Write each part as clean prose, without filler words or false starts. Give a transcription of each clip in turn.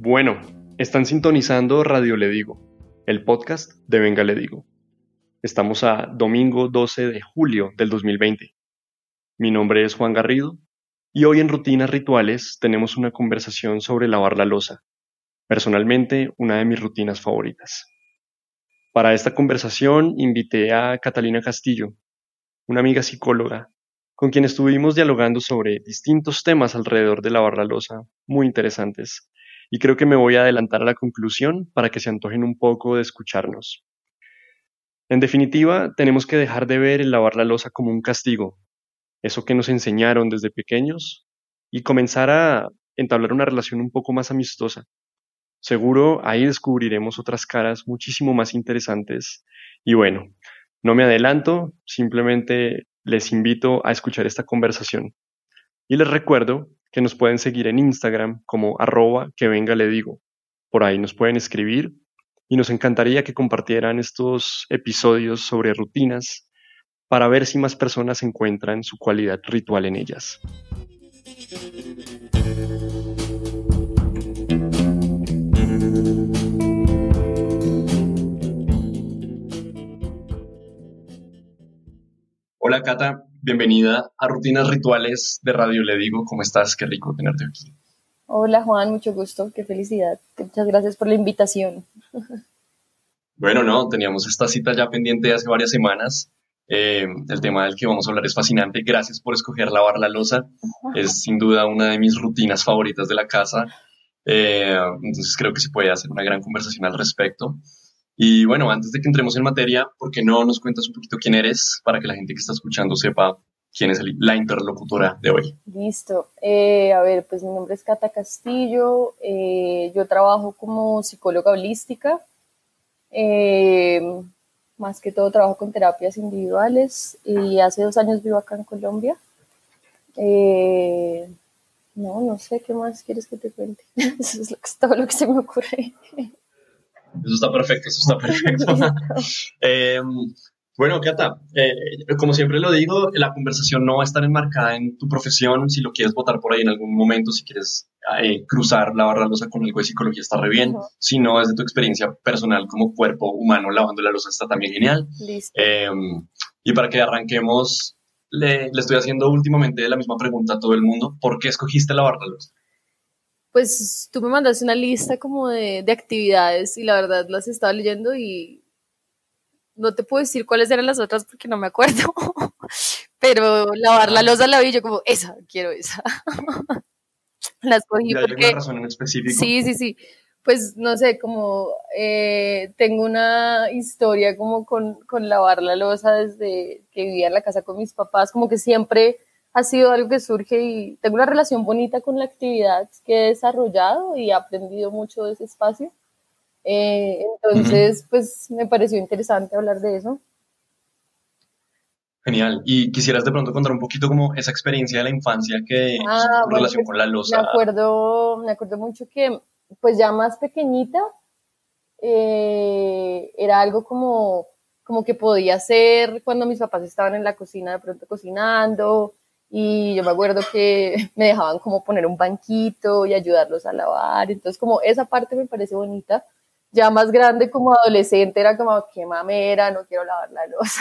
Bueno, están sintonizando Radio Le Digo, el podcast de Venga Le Digo. Estamos a domingo 12 de julio del 2020. Mi nombre es Juan Garrido y hoy en Rutinas Rituales tenemos una conversación sobre lavar la loza, personalmente una de mis rutinas favoritas. Para esta conversación invité a Catalina Castillo, una amiga psicóloga, con quien estuvimos dialogando sobre distintos temas alrededor de lavar la loza, muy interesantes. Y creo que me voy a adelantar a la conclusión para que se antojen un poco de escucharnos. En definitiva, tenemos que dejar de ver el lavar la loza como un castigo, eso que nos enseñaron desde pequeños, y comenzar a entablar una relación un poco más amistosa. Seguro ahí descubriremos otras caras muchísimo más interesantes. Y bueno, no me adelanto, simplemente les invito a escuchar esta conversación. Y les recuerdo que nos pueden seguir en Instagram como @quevengale-digo. Por ahí nos pueden escribir y nos encantaría que compartieran estos episodios sobre rutinas para ver si más personas encuentran su cualidad ritual en ellas. Hola Cata, bienvenida a Rutinas Rituales de Radio Le Digo. ¿Cómo estás? Qué rico tenerte aquí. Hola Juan, mucho gusto, qué felicidad. Muchas gracias por la invitación. Bueno, no, teníamos esta cita ya pendiente de hace varias semanas. El tema del que vamos a hablar es fascinante. Gracias por escoger lavar la loza. Es sin duda una de mis rutinas favoritas de la casa. Entonces creo que se puede hacer una gran conversación al respecto. Y bueno, antes de que entremos en materia, ¿por qué no nos cuentas un poquito quién eres para que la gente que está escuchando sepa quién es la interlocutora de hoy? Listo. A ver, pues mi nombre es Cata Castillo. Yo trabajo como psicóloga holística. Eh, Más que todo trabajo con terapias individuales y hace 2 años vivo acá en Colombia. No sé qué más quieres que te cuente. Eso es todo lo que se me ocurre. Eso está perfecto, eso está perfecto. Bueno, Cata, como siempre lo digo, la conversación no va a estar enmarcada en tu profesión. Si lo quieres votar por ahí en algún momento, si quieres cruzar la barra loza con algo de psicología, está re bien. Ujú. Si no, desde tu experiencia personal como cuerpo humano lavando la loza, está también genial. Listo. Y para que arranquemos, le estoy haciendo últimamente la misma pregunta a todo el mundo. ¿Por qué escogiste lavar la loza? Pues tú me mandaste una lista como de actividades y la verdad las estaba leyendo y no te puedo decir cuáles eran las otras porque no me acuerdo, pero lavar la Ah, loza la vi yo como, esa, quiero esa. La escogí ¿y hay alguna porque, razón en específico? sí, pues no sé, como tengo una historia como con lavar la loza desde que vivía en la casa con mis papás, como que siempre ha sido algo que surge y tengo una relación bonita con la actividad que he desarrollado y he aprendido mucho de ese espacio. Ujú. Entonces, pues me pareció interesante hablar de eso. Genial. ¿Y quisieras de pronto contar un poquito como esa experiencia de la infancia que hizo que tu Bueno, relación pues con la loza? me acuerdo mucho que, pues ya más pequeñita, era algo como que podía hacer cuando mis papás estaban en la cocina de pronto cocinando y yo me acuerdo que me dejaban como poner un banquito y ayudarlos a lavar, entonces como esa parte me parece bonita. Ya más grande como adolescente era como qué mamera, no quiero lavar la loza.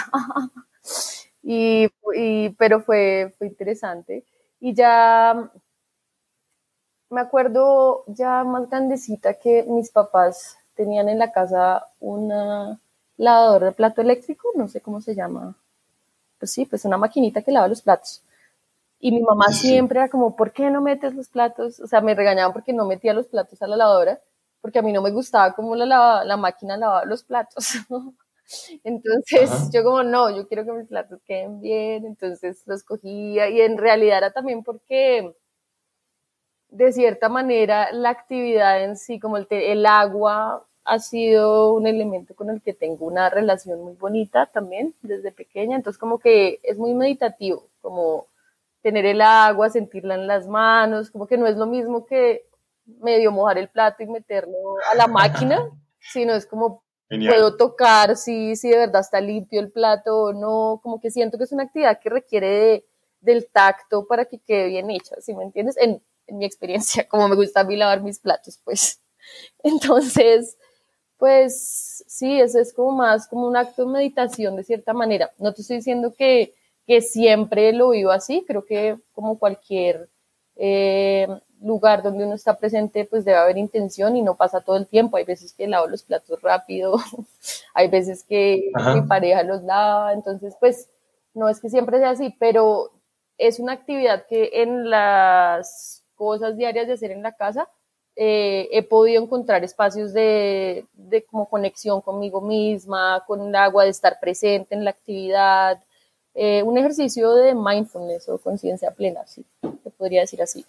Pero fue interesante. Y ya me acuerdo ya más grandecita que mis papás tenían en la casa una lavadora de plato eléctrico, no sé cómo se llama. Pues sí, pues una maquinita que lava los platos. Y mi mamá Sí, sí, sí. siempre era como, ¿por qué no metes los platos? O sea, me regañaban porque no metía los platos a la lavadora, porque a mí no me gustaba cómo la máquina lavaba los platos. Entonces Ajá. yo como, no, yo quiero que mis platos queden bien, entonces los cogía y en realidad era también porque de cierta manera la actividad en sí, como el agua, ha sido un elemento con el que tengo una relación muy bonita también desde pequeña, entonces como que es muy meditativo, como tener el agua, sentirla en las manos, como que no es lo mismo que medio mojar el plato y meterlo a la máquina, sino es como Genial. puedo tocar si de verdad está limpio el plato o no, como que siento que es una actividad que requiere del tacto para que quede bien hecha, ¿sí me entiendes? En mi experiencia, como me gusta a mí lavar mis platos, pues. Entonces, pues sí, eso es como más como un acto de meditación de cierta manera. No te estoy diciendo que siempre lo vivo así, creo que como cualquier eh, lugar donde uno está presente, pues debe haber intención y no pasa todo el tiempo. Hay veces que lavo los platos rápido, hay veces que mi Ajá. pareja los lava, entonces pues no es que siempre sea así, pero es una actividad que en las cosas diarias de hacer en la casa he podido encontrar espacios de como conexión conmigo misma, con el agua, de estar presente en la actividad, un ejercicio de mindfulness o conciencia plena, sí, te podría decir así.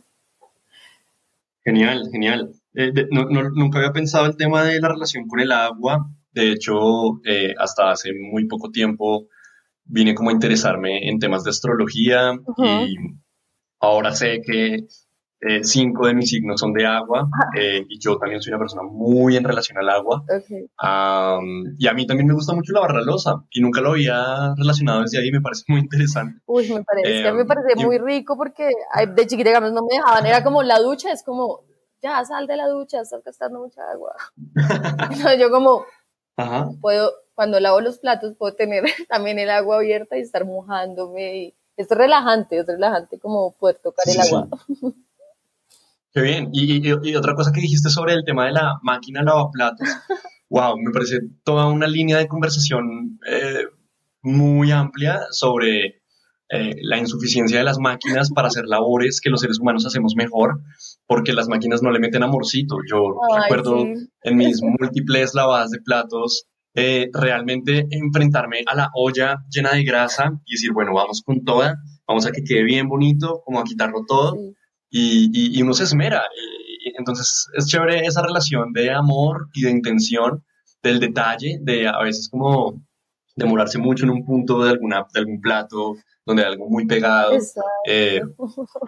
Genial, genial. Nunca había pensado el tema de la relación con el agua. De hecho, hasta hace muy poco tiempo vine como a interesarme en temas de astrología Uh-huh. y ahora sé que 5 de mis signos son de agua y yo también soy una persona muy en relación al agua. Okay. Y a mí también me gusta mucho lavar la loza y nunca lo había relacionado desde ahí, me parece muy interesante. Uy, me parece, es que a mí me Em, parece y, muy rico porque de chiquita, digamos, no me dejaban, era como la ducha, es como, ya sal de la ducha, estás gastando mucha agua. Entonces yo como, ajá, puedo, cuando lavo los platos, puedo tener también el agua abierta y estar mojándome. Y es relajante como poder tocar sí, el sí, agua. sí. Qué bien. Y otra cosa que dijiste sobre el tema de la máquina lavaplatos, wow, me parece toda una línea de conversación muy amplia sobre la insuficiencia de las máquinas para hacer labores que los seres humanos hacemos mejor, porque las máquinas no le meten amorcito. Yo Ay, recuerdo sí. en mis múltiples lavadas de platos, realmente enfrentarme a la olla llena de grasa y decir, bueno, vamos con toda, vamos a que quede bien bonito, como a quitarlo todo Sí. y uno se esmera. Y entonces es chévere esa relación de amor y de intención, del detalle, de a veces como demorarse mucho en un punto de algún plato, donde hay algo muy pegado. eh, Exacto.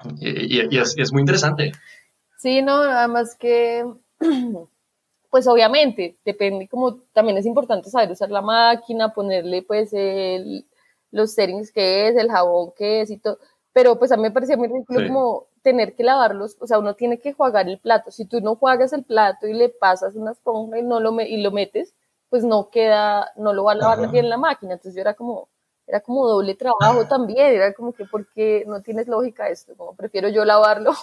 es muy interesante. Sí, no, además que, pues obviamente, depende, como también es importante saber usar la máquina, ponerle pues los settings que es, el jabón que es y todo, pero pues a mí me parecía muy ridículo Sí, como tener que lavarlos, o sea, uno tiene que jugar el plato, si tú no juegas el plato y le pasas una esponja y, no lo, y lo metes, pues no queda, no lo va a lavar ajá. bien la máquina, entonces yo era como doble trabajo también, era como que porque no tienes lógica esto, como prefiero yo lavarlo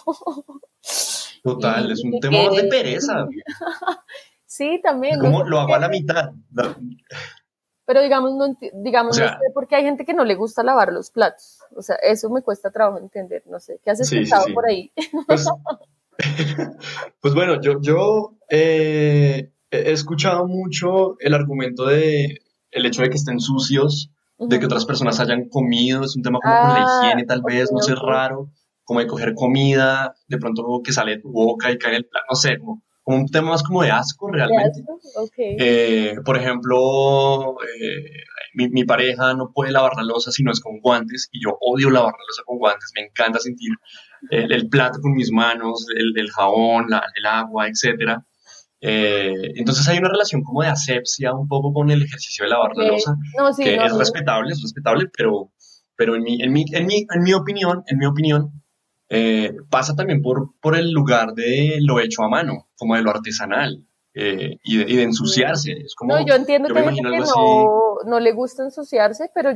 Total, es y un que temor de quede. pereza. Sí, Es también, no sé como lo por hago qué, a la mitad. pero digamos, no, digamos, O no sé sea, por qué hay gente que no le gusta lavar los platos. O sea, eso me cuesta trabajo entender, no sé. ¿Qué has sí, sí, escuchado sí. por ahí? Pues, pues bueno, yo he escuchado mucho el argumento de el hecho de que estén sucios, de que Ujú. otras personas hayan comido, es un tema como con la Ah, higiene tal ok, vez, no sé, ok. raro, como de coger comida, de pronto que sale de tu boca y cae en el plato, no sé, como un tema más como de asco ¿De realmente. asco? Ok. Por ejemplo, mi pareja no puede lavar la loza si no es con guantes y yo odio lavar la loza con guantes. Me encanta sentir el plato con mis manos, el jabón, el agua, etcétera. Entonces hay una relación como de asepsia un poco con el ejercicio de lavar Ok. la loza, No, sí, que no. es respetable, pero en mi opinión, pasa también por el lugar de lo hecho a mano, como de lo artesanal, y de ensuciarse. Es No, yo como, entiendo yo que me hay gente imagino que algo así. no le gusta ensuciarse, pero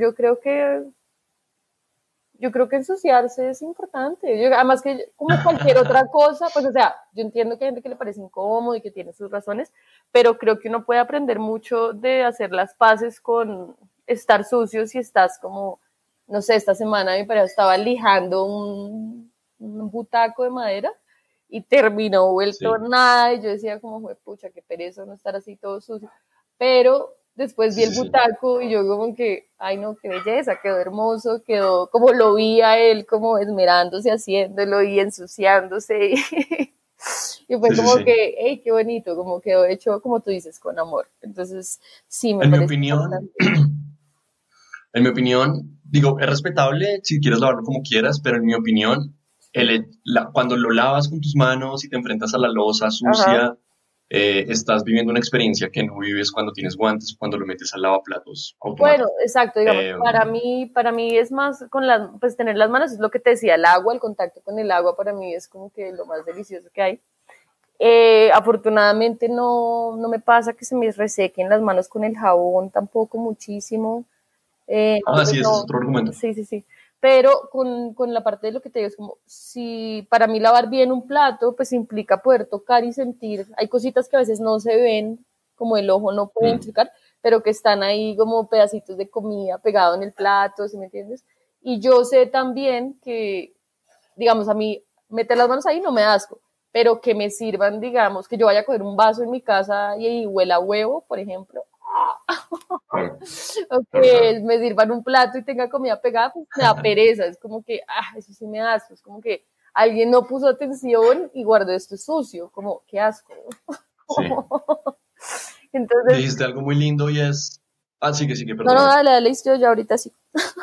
yo creo que ensuciarse es importante. Además que como cualquier otra cosa, pues o sea, yo entiendo que hay gente que le parece incómodo y que tiene sus razones, pero creo que uno puede aprender mucho de hacer las paces con estar sucio si estás como, no sé, esta semana mi pareja estaba lijando un butaco de madera y terminó vuelto Sí, nada y yo decía como, pucha, qué pereza no estar así todo sucio. Pero después sí, vi el sí, sí. butaco y yo como que, ay no, qué belleza, quedó hermoso, quedó como lo vi a él como esmerándose haciéndolo y ensuciándose y fue Sí, sí, como sí. que, hey, qué bonito, como quedó hecho, como tú dices, con amor. Entonces, sí, me En mi parece opinión, importante. en mi opinión, digo, es respetable si quieres lavarlo como quieras, pero en mi opinión, Sí. cuando lo lavas con tus manos y te enfrentas a la loza Ajá. sucia, estás viviendo una experiencia que no vives cuando tienes guantes o cuando lo metes al lavaplatos Bueno, automático. exacto, digamos, Eh, para mí es más con las, pues tener las manos, es lo que te decía, el agua, el contacto con el agua para mí es como que lo más delicioso que hay. Afortunadamente no me pasa que se me resequen las manos con el jabón tampoco muchísimo. Ah, Entonces sí, ese es no, otro argumento. sí, sí, sí. Pero con la parte de lo que te digo, es como, si para mí lavar bien un plato, pues implica poder tocar y sentir. Hay cositas que a veces no se ven, como el ojo no puede Mm, identificar, pero que están ahí como pedacitos de comida pegado en el plato, ¿sí me entiendes? Y yo sé también que, digamos, a mí meter las manos ahí no me da asco, pero que me sirvan, digamos, que yo vaya a coger un vaso en mi casa y huela a huevo, por ejemplo, claro, o claro, que claro. me sirvan un plato y tenga comida pegada, pues me da pereza, es como que, eso sí me da asco, es como que alguien no puso atención y guardó esto sucio, como, qué asco. Sí. Entonces, Dijiste algo muy lindo y es... Ah, sigue, no, perdóname. dale, dale, yo ya ahorita sí.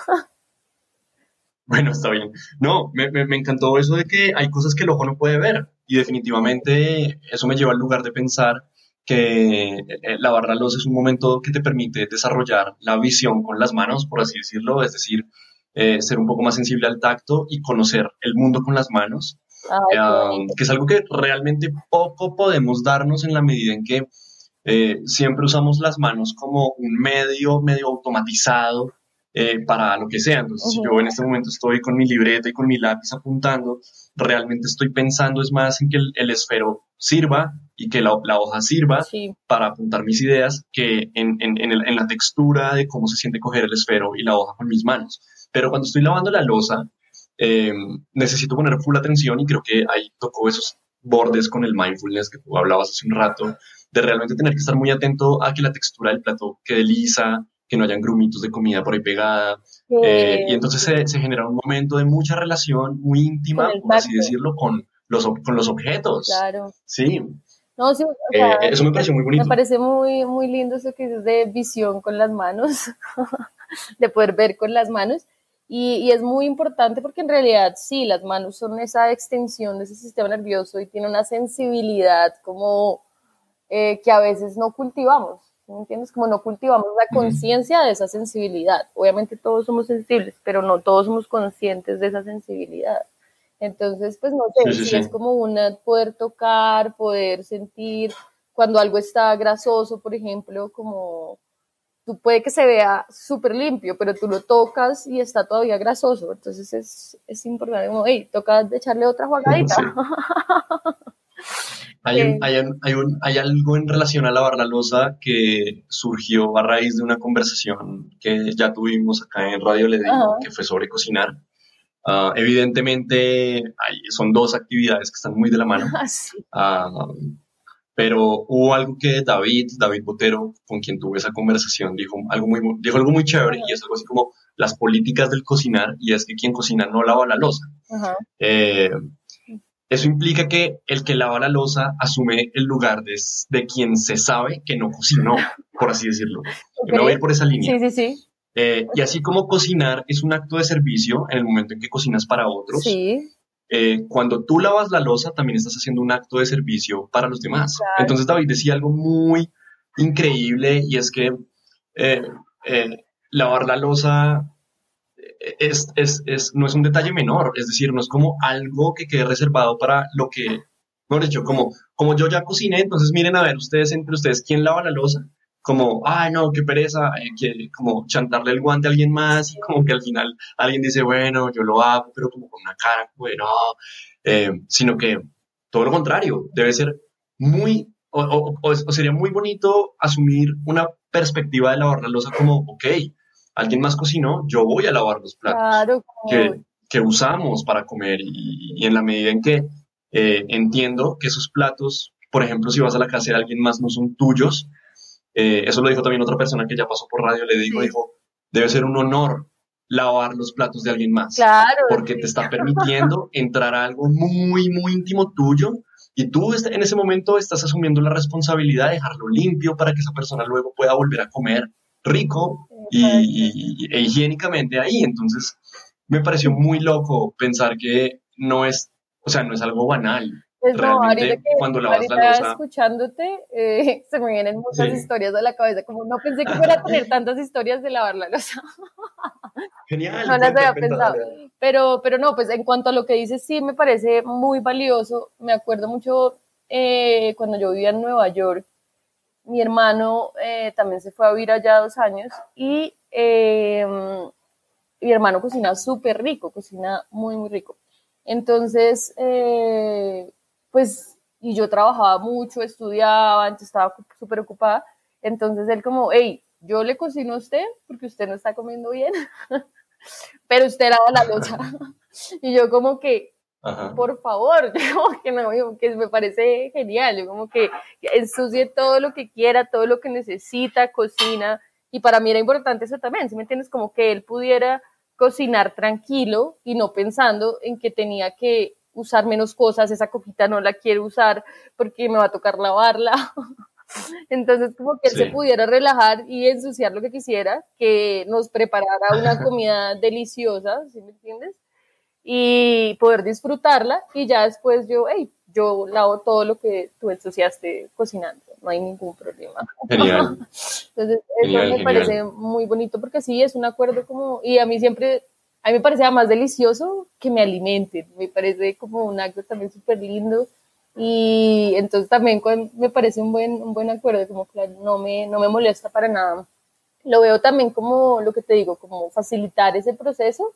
Bueno, está bien. No, me encantó eso de que hay cosas que el ojo no puede ver y definitivamente eso me lleva al lugar de pensar que lavar la loza es un momento que te permite desarrollar la visión con las manos, por así decirlo, es decir, ser un poco más sensible al tacto y conocer el mundo con las manos, Ay, qué bonito. que es algo que realmente poco podemos darnos en la medida en que siempre usamos las manos como un medio automatizado para lo que sea. Entonces, si yo Ujú, en este momento estoy con mi libreta y con mi lápiz apuntando, realmente estoy pensando es más en que el esfero sirva y que la hoja sirva sí, para apuntar mis ideas que en la textura de cómo se siente coger el esfero y la hoja con mis manos. Pero cuando estoy lavando la loza, eh, necesito poner full atención y creo que ahí tocó esos bordes con el mindfulness que tú hablabas hace un rato, de realmente tener que estar muy atento a que la textura del plato quede lisa, que no hayan grumitos de comida por ahí pegada. Y entonces sí, se genera un momento de mucha relación muy con íntima, el por así tacto, decirlo, con los objetos. claro. Sí, No, sí, o sea, eso me pareció muy me bonito. parece muy, muy lindo eso que dices de visión con las manos, de poder ver con las manos. Y es muy importante porque en realidad sí, las manos son esa extensión de ese sistema nervioso y tiene una sensibilidad como que a veces no cultivamos, ¿sí? ¿Me entiendes? Como no cultivamos la Ujú. conciencia de esa sensibilidad. Obviamente todos somos sensibles, pero no todos somos conscientes de esa sensibilidad. Entonces, pues no Sí, sé, sí, si sí. es como una poder tocar, poder sentir cuando algo está grasoso, por ejemplo, como tú puede que se vea súper limpio, pero tú lo tocas y está todavía grasoso. Entonces es importante como, hey, toca echarle otra jugadita. Sí. Hay algo en relación a lavar la loza que surgió a raíz de una conversación que ya tuvimos acá en Radio Le Digo, Ajá. que fue sobre cocinar. Evidentemente, son dos actividades que están muy de la mano, Sí. ah, pero hubo algo que David Botero, con quien tuve esa conversación, dijo algo muy chévere y es algo así como las políticas del cocinar, y es que quien cocina no lava la loza. Ajá. Eh, Eso implica que el que lava la loza asume el lugar de quien se sabe que no cocinó, por así decirlo. Ok. Yo me voy a ir por esa Sí, línea. sí, sí. Y así como cocinar es un acto de servicio en el momento en que cocinas para otros, Sí, cuando tú lavas la loza también estás haciendo un acto de servicio para los demás. claro. Entonces David decía algo muy increíble y es que eh, lavar la loza no es un detalle menor, es decir, no es como algo que quede reservado para lo que, mejor dicho, como yo ya cociné, entonces miren a ver ustedes entre ustedes quién lava la loza, como, ay no, qué pereza, como chantarle el guante a alguien más y como que al final alguien dice, bueno, yo lo hago, pero como con una cara, bueno, sino que todo lo contrario, debe ser muy, o sería muy bonito asumir una perspectiva de lavar la loza como, ok, alguien más cocinó, yo voy a lavar los platos Claro, como, que usamos para comer y en la medida en que entiendo que esos platos, por ejemplo, si vas a la casa de alguien más, no son tuyos, eso lo dijo también otra persona que ya pasó por radio, sí, dijo, debe ser un honor lavar los platos de alguien más, claro, porque te sí, está permitiendo entrar a algo muy íntimo tuyo y tú en ese momento estás asumiendo la responsabilidad de dejarlo limpio para que esa persona luego pueda volver a comer rico exacto. e higiénicamente ahí. Entonces, me pareció muy loco pensar que no es, o sea, no es algo banal. Pues no, Realmente, cuando lavas la ahorita losa, escuchándote, se me vienen muchas sí, historias a la cabeza, como no pensé que fuera a tener tantas historias de lavar la losa. No genial, las había cuenta, pensado. dale, dale. Pero no, pues en cuanto a lo que dices, sí me parece muy valioso. Me acuerdo mucho, cuando yo vivía en Nueva York, mi hermano también se fue a vivir allá 2 años y mi hermano cocina súper rico, cocina muy, muy rico. Entonces, pues, y yo trabajaba mucho, estudiaba, entonces estaba súper ocupada. Entonces él como, hey, yo le cocino a usted porque usted no está comiendo bien, pero usted lava la loza. Y yo como que, Ajá. por favor, como que no, que me parece genial, yo como que ensucie todo lo que quiera, todo lo que necesita, cocina, y para mí era importante eso también, ¿sí me entiendes? Como que él pudiera cocinar tranquilo y no pensando en que tenía que usar menos cosas, esa copita no la quiero usar porque me va a tocar lavarla. Entonces, como que él se Sí. pudiera relajar y ensuciar lo que quisiera, que nos preparara una comida deliciosa, ¿sí me entiendes? Y poder disfrutarla y ya después yo, hey, yo lavo todo lo que tú ensuciaste cocinando, no hay ningún problema. Genial, Entonces, eso genial, me parece genial. muy bonito porque sí, es un acuerdo como, y a mí siempre, a mí me parece más delicioso que me alimenten, me parece como un acto también súper lindo y entonces también me parece un buen acuerdo, como claro, no me molesta para nada. Lo veo también como lo que te digo, como facilitar ese proceso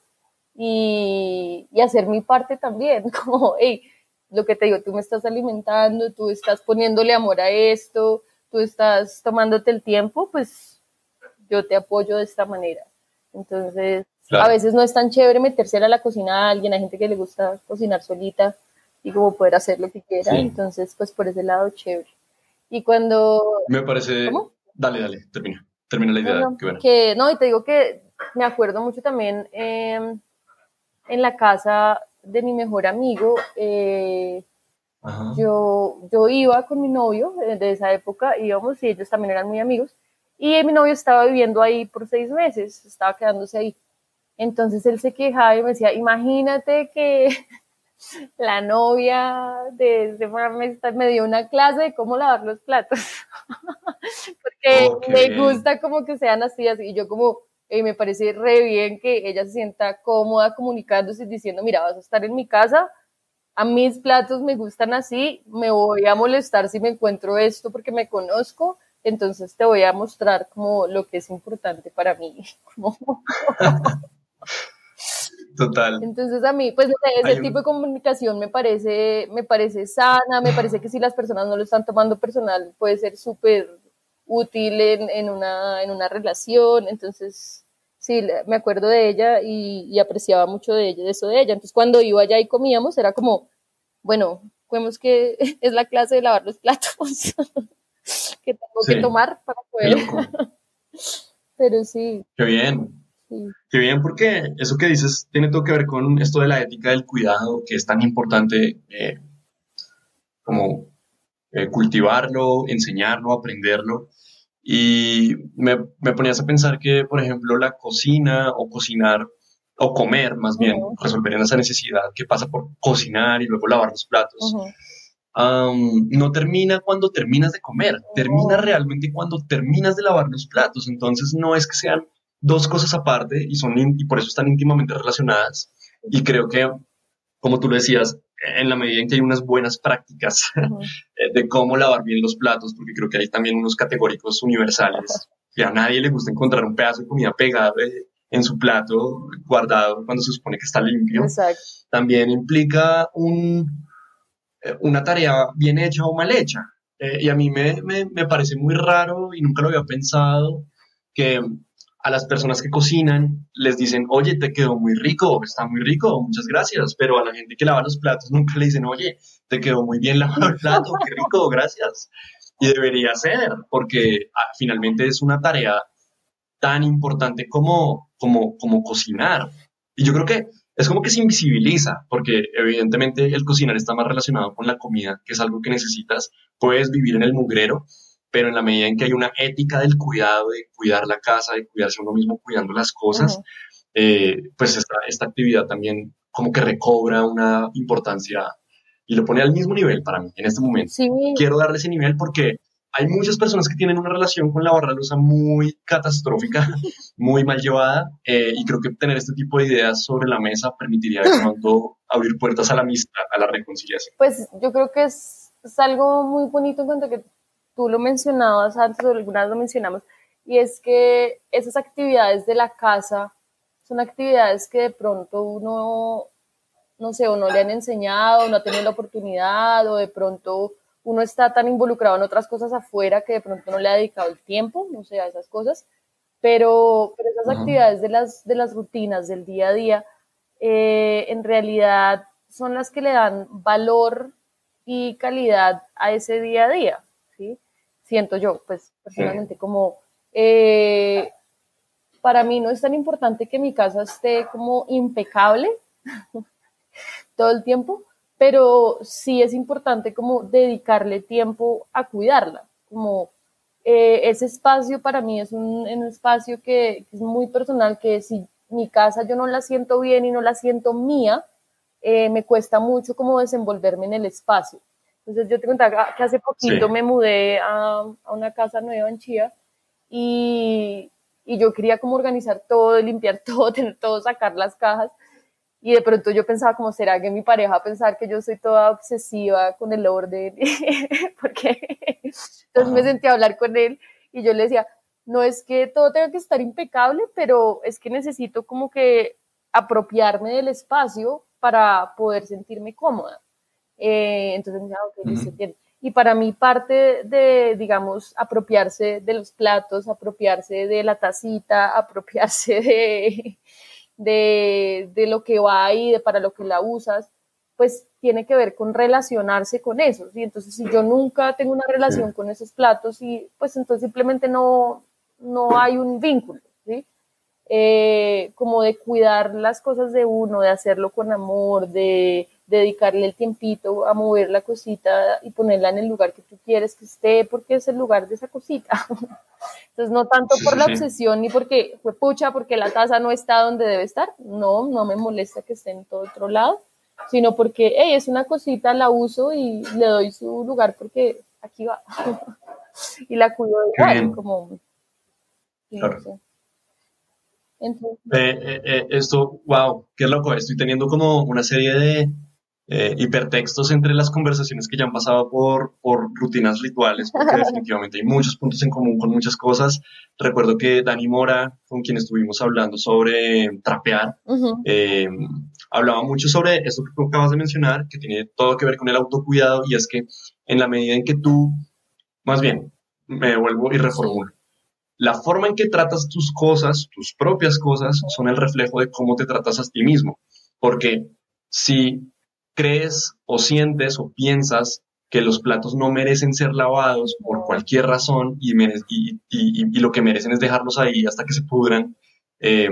y hacer mi parte también, como, hey, lo que te digo, tú me estás alimentando, tú estás poniéndole amor a esto, tú estás tomándote el tiempo, pues yo te apoyo de esta manera. Entonces, a Claro. veces no es tan chévere meterse a la cocina a alguien, hay gente que le gusta cocinar solita y como poder hacer lo que quiera, Sí. entonces, pues por ese lado, chévere. Y cuando, Me parece. ¿cómo? Dale, dale, termina. Termina la No, idea, no, qué bueno. que, no, y te digo que me acuerdo mucho también en la casa de mi mejor amigo, Ajá. yo iba con mi novio de esa época, íbamos y ellos también eran muy amigos, y mi novio estaba viviendo ahí por 6 meses, estaba quedándose ahí. Entonces él se quejaba y me decía, imagínate que la novia de ese me dio una clase de cómo lavar los platos, porque Oh, qué le bien. gusta como que sean así, así, y yo como, me parece re bien que ella se sienta cómoda comunicándose y diciendo, mira, vas a estar en mi casa, a mis platos me gustan así, me voy a molestar si me encuentro esto porque me conozco, entonces te voy a mostrar como lo que es importante para mí. Total. Entonces a mí, pues ese Hay tipo de un. comunicación me parece sana, me parece que si las personas no lo están tomando personal puede ser súper útil en una relación, entonces sí, me acuerdo de ella y apreciaba mucho de ella, de eso de ella. Entonces cuando iba allá y comíamos era como, bueno, vemos que es la clase de lavar los platos que tengo que Sí, tomar para qué poder, loco. pero sí, Qué bien. sí. Qué bien, porque eso que dices tiene todo que ver con esto de la ética del cuidado, que es tan importante como cultivarlo, enseñarlo, aprenderlo. Y me ponías a pensar que, por ejemplo, la cocina o cocinar o comer, más bien, Uh-huh, resolver esa necesidad que pasa por cocinar y luego lavar los platos, uh-huh, no termina cuando terminas de comer, termina uh-huh. realmente cuando terminas de lavar los platos. Entonces no es que sean dos cosas aparte y por eso están íntimamente relacionadas. Y creo que, como tú lo decías, en la medida en que hay unas buenas prácticas Uh-huh. de cómo lavar bien los platos, porque creo que hay también unos categóricos universales, que a nadie le gusta encontrar un pedazo de comida pegado en su plato, guardado cuando se supone que está limpio, Exacto. también implica una tarea bien hecha o mal hecha. Y a mí me parece muy raro y nunca lo había pensado que a las personas que cocinan les dicen, oye, te quedó muy rico, está muy rico, muchas gracias, pero a la gente que lava los platos nunca le dicen, oye, te quedó muy bien lavado el plato, qué rico, gracias. Y debería ser, porque finalmente es una tarea tan importante como cocinar. Y yo creo que es como que se invisibiliza, porque evidentemente el cocinar está más relacionado con la comida, que es algo que necesitas. Puedes vivir en el mugrero, pero en la medida en que hay una ética del cuidado, de cuidar la casa, de cuidarse uno mismo cuidando las cosas, Uh-huh. pues esta actividad también como que recobra una importancia y lo pone al mismo nivel para mí en este momento. Sí, Quiero darle ese nivel porque hay muchas personas que tienen una relación con la barraluza muy catastrófica, muy mal llevada, y creo que tener este tipo de ideas sobre la mesa permitiría de pronto abrir puertas a la amistad, a la reconciliación. pues yo creo que es es algo muy bonito en cuanto a que tú lo mencionabas antes, o algunas lo mencionamos, y es que esas actividades de la casa son actividades que de pronto uno, no sé, o no le han enseñado, no ha tenido la oportunidad, o de pronto uno está tan involucrado en otras cosas afuera que de pronto no le ha dedicado el tiempo, no sé, a esas cosas, pero esas actividades de las rutinas del día a día, en realidad son las que le dan valor y calidad a ese día a día, ¿sí? Siento yo, pues personalmente, como para mí no es tan importante que mi casa esté como impecable todo el tiempo, pero sí es importante como dedicarle tiempo a cuidarla, como ese espacio para mí es un espacio que es muy personal, que si mi casa yo no la siento bien y no la siento mía, me cuesta mucho como desenvolverme en el espacio. Entonces yo te contaba que hace poquito me mudé a una casa nueva en Chía y yo quería como organizar todo, limpiar todo, tener todo, sacar las cajas. Y de pronto yo pensaba como, ¿será que mi pareja va a pensar que yo soy toda obsesiva con el orden? Porque entonces me sentí a hablar con él y yo le decía, no es que todo tenga que estar impecable, pero es que necesito como que apropiarme del espacio para poder sentirme cómoda. Entonces me decía, ok, listo, entiendo. Y para mí parte de, digamos, apropiarse de los platos, apropiarse de la tacita, apropiarse de lo que va ahí, de para lo que la usas, pues tiene que ver con relacionarse con eso, ¿sí? Entonces, si yo nunca tengo una relación con esos platos, y pues entonces simplemente no hay un vínculo, ¿sí? Como de cuidar las cosas de uno, de hacerlo con amor, de dedicarle el tiempito a mover la cosita y ponerla en el lugar que tú quieres que esté, porque es el lugar de esa cosita. Entonces, no tanto por la obsesión ni porque fue pucha, porque la taza no está donde debe estar. No, no me molesta que esté en todo otro lado, sino porque, hey, es una cosita, la uso y le doy su lugar porque aquí va. Y la cuido igual, como, sí, no Claro. sé. Entonces, Esto, wow, qué loco. Estoy teniendo como una serie de hipertextos entre las conversaciones que ya han pasado por rutinas rituales, porque definitivamente hay muchos puntos en común con muchas cosas. Recuerdo que Dani Mora, con quien estuvimos hablando sobre trapear, eh, hablaba mucho sobre esto que tú acabas de mencionar, que tiene todo que ver con el autocuidado, y es que en la medida en que tú, más bien, me vuelvo y reformulo. La forma en que tratas tus cosas, tus propias cosas, son el reflejo de cómo te tratas a ti mismo. Porque si crees o sientes o piensas que los platos no merecen ser lavados por cualquier razón y lo que merecen es dejarlos ahí hasta que se pudran, eh,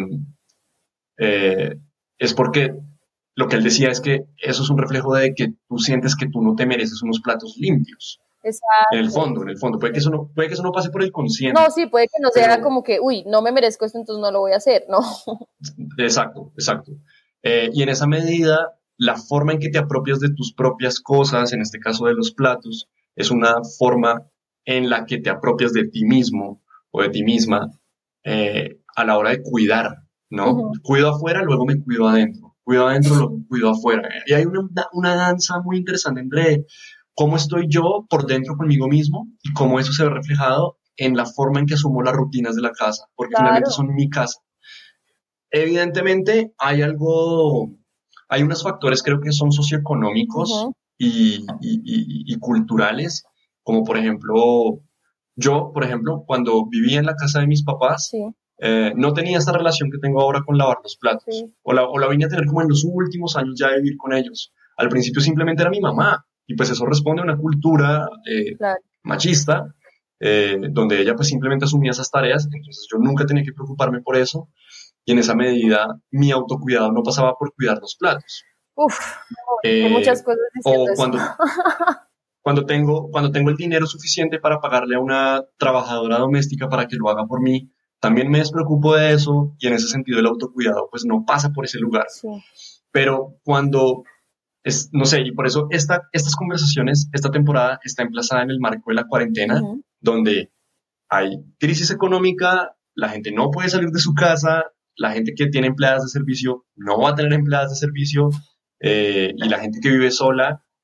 es porque lo que él decía es que eso es un reflejo de que tú sientes que tú no te mereces unos platos limpios. exacto. En el fondo, puede que eso no pase por el consciente, No, sí, puede que no sea pero como que, uy, no me merezco esto, entonces no lo voy a hacer, no. exacto, exacto. Y en esa medida, la forma en que te apropias de tus propias cosas, en este caso de los platos, es una forma en la que te apropias de ti mismo o de ti misma a la hora de cuidar, ¿no? Ujú. Cuido afuera, luego me cuido adentro. Cuido adentro, luego cuido afuera. Y hay una danza muy interesante entre cómo estoy yo por dentro conmigo mismo y cómo eso se ve reflejado en la forma en que asumo las rutinas de la casa, porque finalmente Claro. son mi casa. Evidentemente hay unos factores creo que son socioeconómicos Ujú. y culturales, como por ejemplo, yo, por ejemplo, cuando vivía en la casa de mis papás, Sí, no tenía esta relación que tengo ahora con lavar los platos, sí, o la vine a tener como en los últimos años ya de vivir con ellos. Al principio simplemente era mi mamá, y pues eso responde a una cultura claro. machista, donde ella pues simplemente asumía esas tareas, entonces yo nunca tenía que preocuparme por eso, y en esa medida mi autocuidado no pasaba por cuidar los platos. Uf, hay muchas Eh, cosas diciendo o eso. cuando tengo el dinero suficiente para pagarle a una trabajadora doméstica para que lo haga por mí, también me despreocupo de eso y en ese sentido el autocuidado pues no pasa por ese lugar. Sí. Pero cuando no sé, y por eso estas conversaciones, esta temporada está emplazada en el marco de la cuarentena, Ujú. donde hay crisis económica, la gente no puede salir de su casa, la gente que tiene empleadas de servicio no va a tener empleadas de servicio, y la gente que vive sola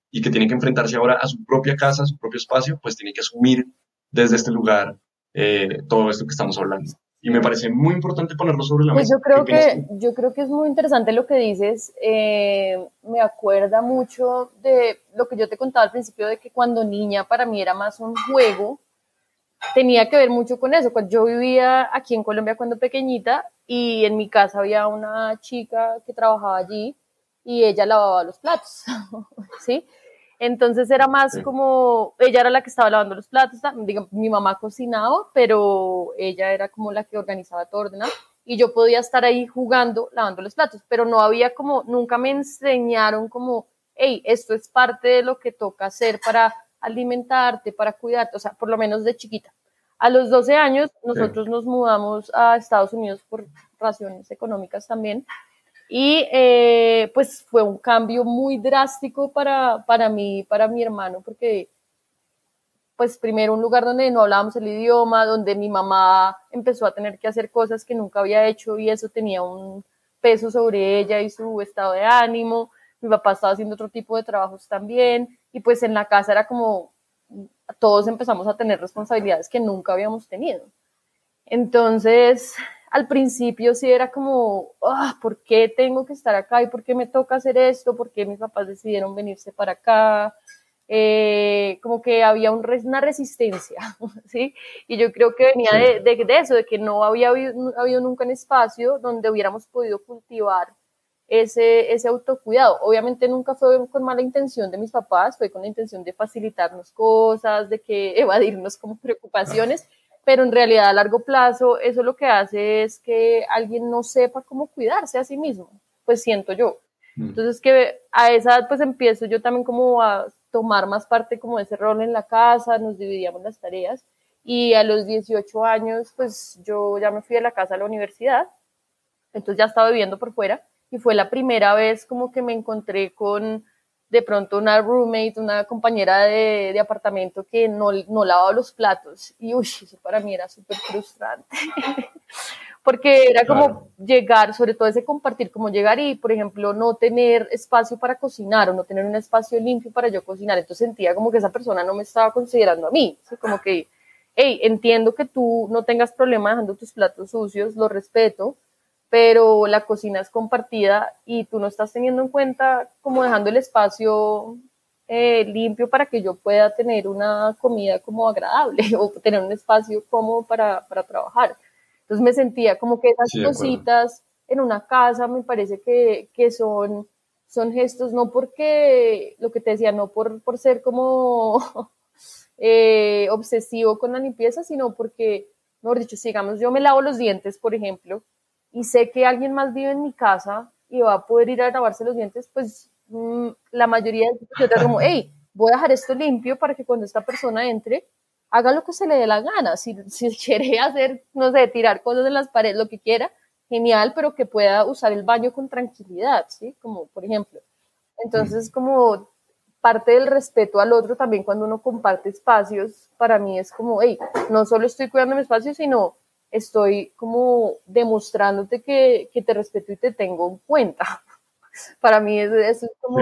y que tiene que enfrentarse ahora a su propia casa, a su propio espacio, pues tiene que asumir desde este lugar todo esto que estamos hablando. Y me parece muy importante ponerlo sobre la Pues mesa. ¿Qué opinas tú? yo creo que es muy interesante lo que dices. Me acuerda mucho de lo que yo te contaba al principio, de que cuando niña para mí era más un juego. Tenía que ver mucho con eso. Yo vivía aquí en Colombia cuando pequeñita y en mi casa había una chica que trabajaba allí y ella lavaba los platos, ¿sí? Entonces era más Sí. como, ella era la que estaba lavando los platos, digamos, mi mamá cocinaba, pero ella era como la que organizaba todo, ordenado, y yo podía estar ahí jugando, lavando los platos, pero no había como, nunca me enseñaron como, hey, esto es parte de lo que toca hacer para alimentarte, para cuidarte, o sea, por lo menos de chiquita. A los 12 años Sí. nosotros nos mudamos a Estados Unidos por razones económicas también y pues fue un cambio muy drástico para mí, para mi hermano, porque pues primero un lugar donde no hablábamos el idioma, donde mi mamá empezó a tener que hacer cosas que nunca había hecho y eso tenía un peso sobre ella y su estado de ánimo. Mi papá estaba haciendo otro tipo de trabajos también y pues en la casa era como todos empezamos a tener responsabilidades que nunca habíamos tenido. Entonces, al principio sí era como, ¿por qué tengo que estar acá y por qué me toca hacer esto? ¿Por qué mis papás decidieron venirse para acá? Como que había una resistencia, ¿sí? Y yo creo que venía Sí. de eso, de que no había habido nunca un espacio donde hubiéramos podido cultivar ese autocuidado. Obviamente nunca fue con mala intención de mis papás, fue con la intención de facilitarnos cosas, de que evadirnos como preocupaciones, pero en realidad a largo plazo eso lo que hace es que alguien no sepa cómo cuidarse a sí mismo, pues siento yo. Entonces que a esa edad pues empiezo yo también como a tomar más parte como de ese rol en la casa, nos dividíamos las tareas y a los 18 años pues yo ya me fui de la casa a la universidad, entonces ya estaba viviendo por fuera y fue la primera vez como que me encontré con de pronto una roommate, una compañera de apartamento que no lavaba los platos y uy, eso para mí era súper frustrante. Porque era Claro. como llegar, sobre todo ese compartir, como llegar y, por ejemplo, no tener espacio para cocinar o no tener un espacio limpio para yo cocinar. Entonces sentía como que esa persona no me estaba considerando a mí, ¿sí? Como que, hey, entiendo que tú no tengas problema dejando tus platos sucios, lo respeto, pero la cocina es compartida y tú no estás teniendo en cuenta como dejando el espacio limpio para que yo pueda tener una comida como agradable o tener un espacio cómodo para trabajar. Entonces me sentía como que esas Sí, de acuerdo. cositas en una casa me parece que son gestos, no porque, lo que te decía, no por ser como obsesivo con la limpieza, sino porque, mejor dicho, si digamos yo me lavo los dientes, por ejemplo, y sé que alguien más vive en mi casa y va a poder ir a lavarse los dientes, pues la mayoría de yo te como, hey, voy a dejar esto limpio para que cuando esta persona entre, haga lo que se le dé la gana. Si quiere hacer, no sé, tirar cosas en las paredes, lo que quiera, genial, pero que pueda usar el baño con tranquilidad, ¿sí? Como, por ejemplo. Entonces, como parte del respeto al otro también cuando uno comparte espacios, para mí es como, hey, no solo estoy cuidando mi espacio, sino estoy como demostrándote que te respeto y te tengo en cuenta. Para mí eso es Sí.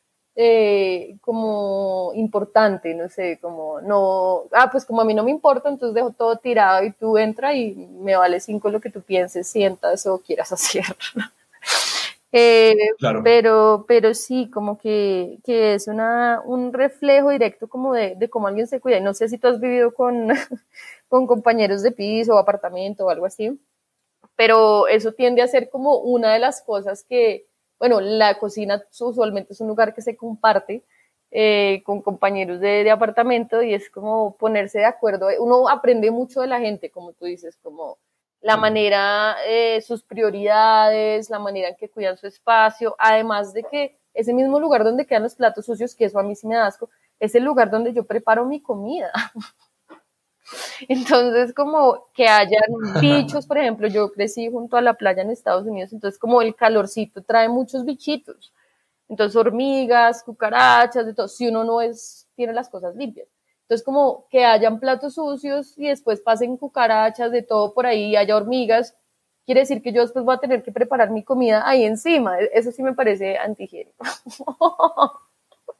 como importante, no sé, como no, pues como a mí no me importa, entonces dejo todo tirado y tú entra y me vale 5 lo que tú pienses, sientas o quieras hacer. Eh, Claro. pero sí, como que es un reflejo directo como de cómo alguien se cuida. Y no sé si tú has vivido con, con compañeros de piso o apartamento o algo así, pero eso tiende a ser como una de las cosas que, bueno, la cocina usualmente es un lugar que se comparte con compañeros de apartamento y es como ponerse de acuerdo. Uno aprende mucho de la gente, como tú dices, como la manera, sus prioridades, la manera en que cuidan su espacio, además de que ese mismo lugar donde quedan los platos sucios, que eso a mí sí me da asco, es el lugar donde yo preparo mi comida. Entonces, como que hayan bichos, por ejemplo, yo crecí junto a la playa en Estados Unidos, entonces como el calorcito trae muchos bichitos. Entonces, hormigas, cucarachas, de todo, si uno no tiene las cosas limpias. Entonces, como que hayan platos sucios y después pasen cucarachas, de todo por ahí, haya hormigas, quiere decir que yo después voy a tener que preparar mi comida ahí encima. Eso sí me parece antihigiénico.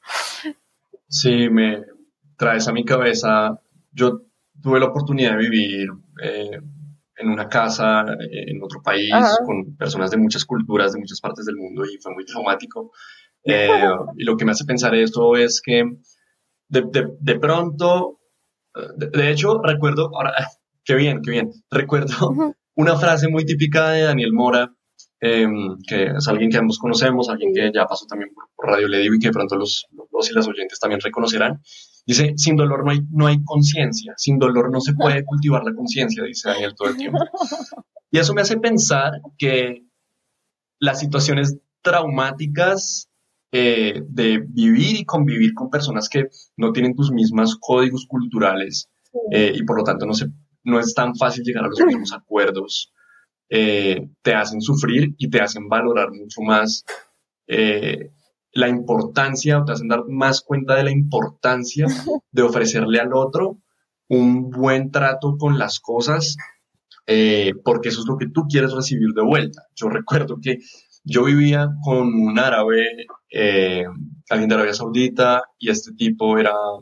Sí, me traes a mi cabeza. Yo tuve la oportunidad de vivir en una casa en otro país Ajá. con personas de muchas culturas, de muchas partes del mundo y fue muy traumático. Y lo que me hace pensar esto es que de pronto, de hecho, recuerdo, ahora, qué bien, qué bien, recuerdo Ujú. una frase muy típica de Daniel Mora, eh, que es alguien que ambos conocemos, alguien Sí. que ya pasó también por Radio Le Digo y que de pronto los y las oyentes también reconocerán. Dice, sin dolor no hay conciencia, sin dolor no se puede cultivar la conciencia, dice Daniel todo el tiempo. Y eso me hace pensar que las situaciones traumáticas de vivir y convivir con personas que no tienen tus mismos códigos culturales y por lo tanto no es tan fácil llegar a los mismos acuerdos, te hacen sufrir y te hacen valorar mucho más eh, la importancia, o te hacen dar más cuenta de la importancia de ofrecerle al otro un buen trato con las cosas porque eso es lo que tú quieres recibir de vuelta. Yo recuerdo que yo vivía con un árabe, alguien de Arabia Saudita, y este tipo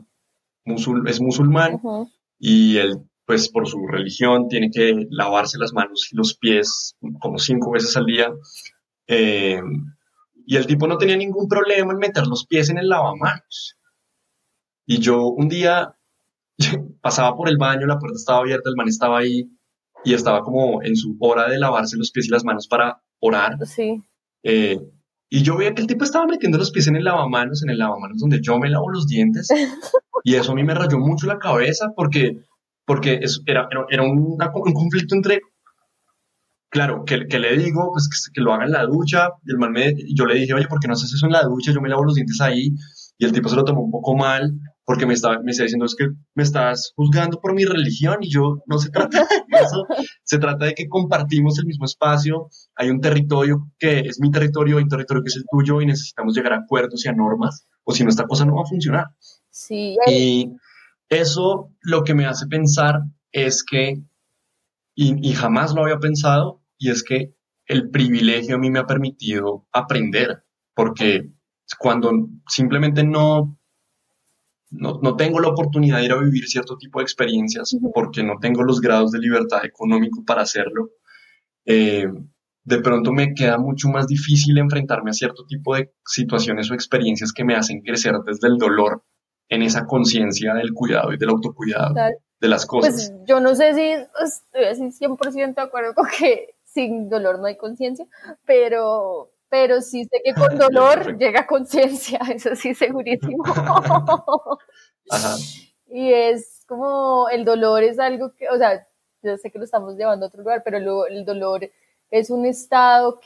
es musulmán, Ujú. y él, pues por su religión, tiene que lavarse las manos y los pies como 5 veces al día. eh, y el tipo no tenía ningún problema en meter los pies en el lavamanos. Y yo un día pasaba por el baño, la puerta estaba abierta, el man estaba ahí y estaba como en su hora de lavarse los pies y las manos para orar. Sí. eh, y yo veía que el tipo estaba metiendo los pies en el lavamanos donde yo me lavo los dientes, y eso a mí me rayó mucho la cabeza porque era un conflicto entre, claro, que le digo, pues que lo haga en la ducha, y y yo le dije, oye, ¿por qué no haces eso en la ducha? Yo me lavo los dientes ahí, y el tipo se lo tomó un poco mal, porque me está diciendo, es que me estás juzgando por mi religión, y yo, no se trata de eso, se trata de que compartimos el mismo espacio, hay un territorio que es mi territorio, hay un territorio que es el tuyo, y necesitamos llegar a acuerdos y a normas, o si no, esta cosa no va a funcionar. Sí. Y eso lo que me hace pensar es que y jamás lo había pensado, y es que el privilegio a mí me ha permitido aprender, porque cuando simplemente no tengo la oportunidad de ir a vivir cierto tipo de experiencias, Ujú. porque no tengo los grados de libertad económico para hacerlo, eh, de pronto me queda mucho más difícil enfrentarme a cierto tipo de situaciones o experiencias que me hacen crecer desde el dolor en esa conciencia del cuidado y del autocuidado Total. de las Pues cosas. yo no sé si estoy así 100% de acuerdo con que sin dolor no hay conciencia, pero sí sé que con Bien, dolor perfecto. llega conciencia, eso sí, segurísimo. Ajá. Y es como el dolor es algo que, o sea, yo sé que lo estamos llevando a otro lugar, pero el dolor es un estado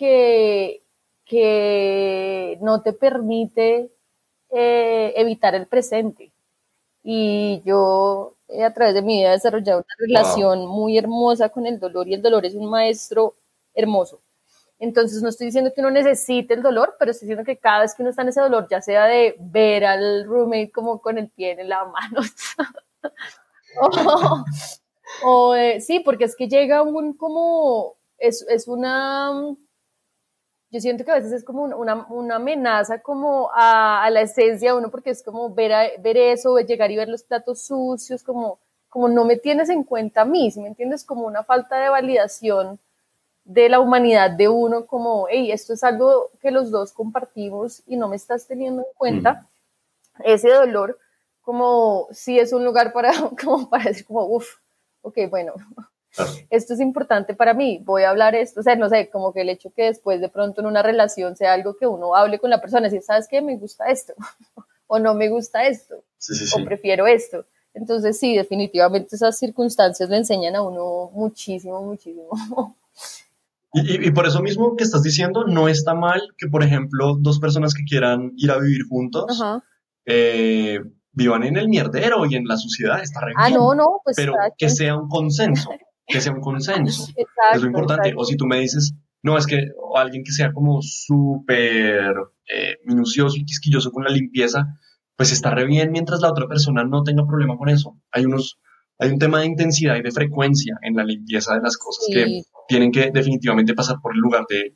que no te permite evitar el presente. Y yo a través de mi vida he desarrollado una Wow. relación muy hermosa con el dolor y el dolor es un maestro hermoso. Entonces no estoy diciendo que uno necesite el dolor, pero estoy diciendo que cada vez que uno está en ese dolor, ya sea de ver al roommate como con el pie en las manos, o, sí, porque es que llega un como, es una, yo siento que a veces es como una amenaza como a la esencia de uno, porque es como ver eso, llegar y ver los platos sucios, como no me tienes en cuenta a mí, ¿sí me entiendes? Como una falta de validación de la humanidad de uno, como, hey, esto es algo que los dos compartimos y no me estás teniendo en cuenta. Mm, Ese dolor, como si es un lugar para, como para decir, como, uff, ok, bueno, claro. esto es importante para mí, voy a hablar esto, o sea, no sé, como que el hecho que después de pronto en una relación sea algo que uno hable con la persona, si sabes que me gusta esto, o no me gusta esto, Sí, sí, o sí. prefiero esto. Entonces sí, definitivamente esas circunstancias le enseñan a uno muchísimo, muchísimo. Y por eso mismo que estás diciendo, no está mal que, por ejemplo, dos personas que quieran ir a vivir juntos Ajá. eh, vivan en el mierdero y en la suciedad, está re Ah, no, bien, no, pues cada pero que quien. sea un consenso, que sea un consenso, es lo Exacto, importante. O exacto. si tú me dices, no, es que o alguien que sea como súper minucioso y quisquilloso con la limpieza, pues está re bien mientras la otra persona no tenga problema con eso. Hay un tema de intensidad y de frecuencia en la limpieza de las cosas que Sí, tienen que definitivamente pasar por el lugar de,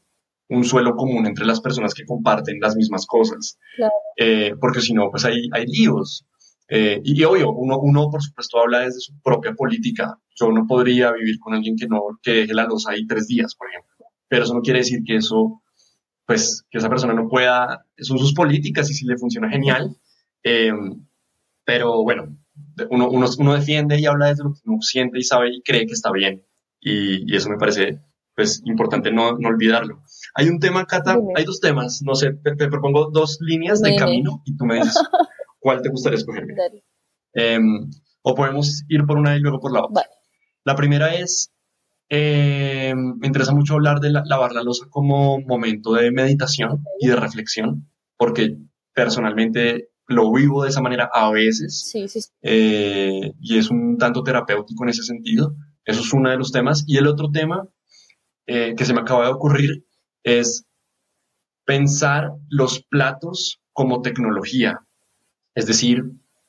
un suelo común entre las personas que comparten las mismas cosas. Claro. Porque si no, pues hay líos. Y obvio, uno, por supuesto habla desde su propia política. Yo no podría vivir con alguien que deje la loza ahí 3 días, por ejemplo. Pero eso no quiere decir que eso, pues, que esa persona no pueda, son sus políticas y si le funciona genial. Eh, pero bueno, uno defiende y habla desde lo que uno siente y sabe y cree que está bien. Y eso me parece, pues, importante no olvidarlo. Hay un tema, Cata, Dime, hay dos temas, no sé, te propongo dos líneas dime, de dime. camino y tú me dices cuál te gustaría escoger. Mira. Dale. O podemos ir por una y luego por la otra. Vale. La primera es, me interesa mucho hablar de lavar la loza como momento de meditación y Ok. de reflexión, porque personalmente lo vivo de esa manera a veces, Sí, sí, sí. y es un tanto terapéutico en ese sentido. Eso es uno de los temas. Y el otro tema que se me acaba de ocurrir es pensar los platos como tecnología. Es decir,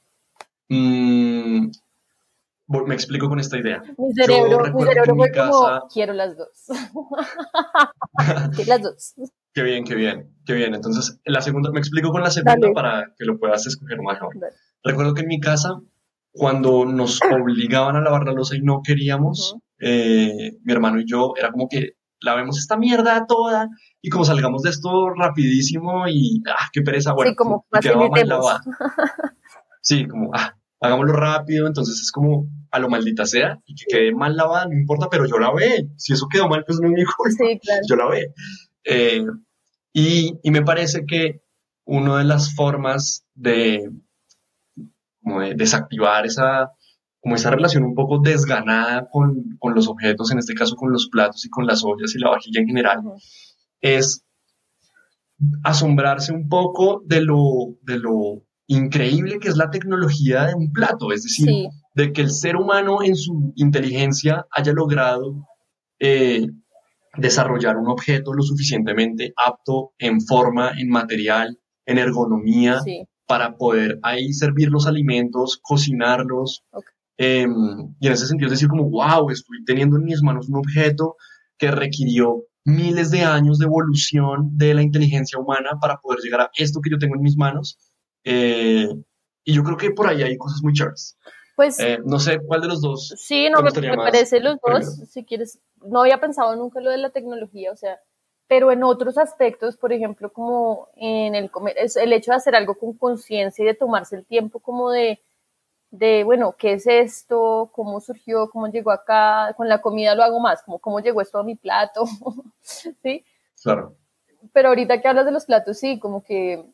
mmm, me explico con esta idea. Yo Mi recuerdo que en cerebro mi fue como, casa, quiero las dos. Sí, las dos. qué bien, qué bien, qué bien. Entonces, la segunda, me explico con la segunda Dale, para que lo puedas escoger mejor. dale. Recuerdo que en mi casa, cuando nos obligaban a lavar la loza y no queríamos, Ujú. mi hermano y yo, era como que lavemos esta mierda toda y como salgamos de esto rapidísimo y, qué pereza, Sí, bueno, como y quedaba mal facilitemos. lavada. Sí, como, hagámoslo rápido, entonces es como a lo maldita sea y que Sí, quede mal lavada, no importa, pero yo lavé. Si eso quedó mal, pues no es mi culpa, sí, claro. yo lavé. Eh, y me parece que una de las formas de, como de desactivar como esa relación un poco desganada con los objetos, en este caso con los platos y con las ollas y la vajilla en general, Ujú. es asombrarse un poco de lo increíble que es la tecnología de un plato, es decir, Sí, de que el ser humano en su inteligencia haya logrado eh, desarrollar un objeto lo suficientemente apto en forma, en material, en ergonomía, sí. para poder ahí servir los alimentos, cocinarlos. Ok. Y en ese sentido es decir como, wow, estoy teniendo en mis manos un objeto que requirió miles de años de evolución de la inteligencia humana para poder llegar a esto que yo tengo en mis manos. Eh, y yo creo que por ahí hay cosas muy chéveres. Pues No sé cuál de los dos sí, no, te gustaría me más parece los dos, primero. si quieres, no había pensado nunca lo de la tecnología, o sea, pero en otros aspectos, por ejemplo, como en el comer, es el hecho de hacer algo con conciencia y de tomarse el tiempo como bueno, ¿qué es esto? ¿Cómo surgió? ¿Cómo llegó acá? Con la comida lo hago más, como cómo llegó esto a mi plato, ¿sí? Claro. Pero ahorita que hablas de los platos, sí, como que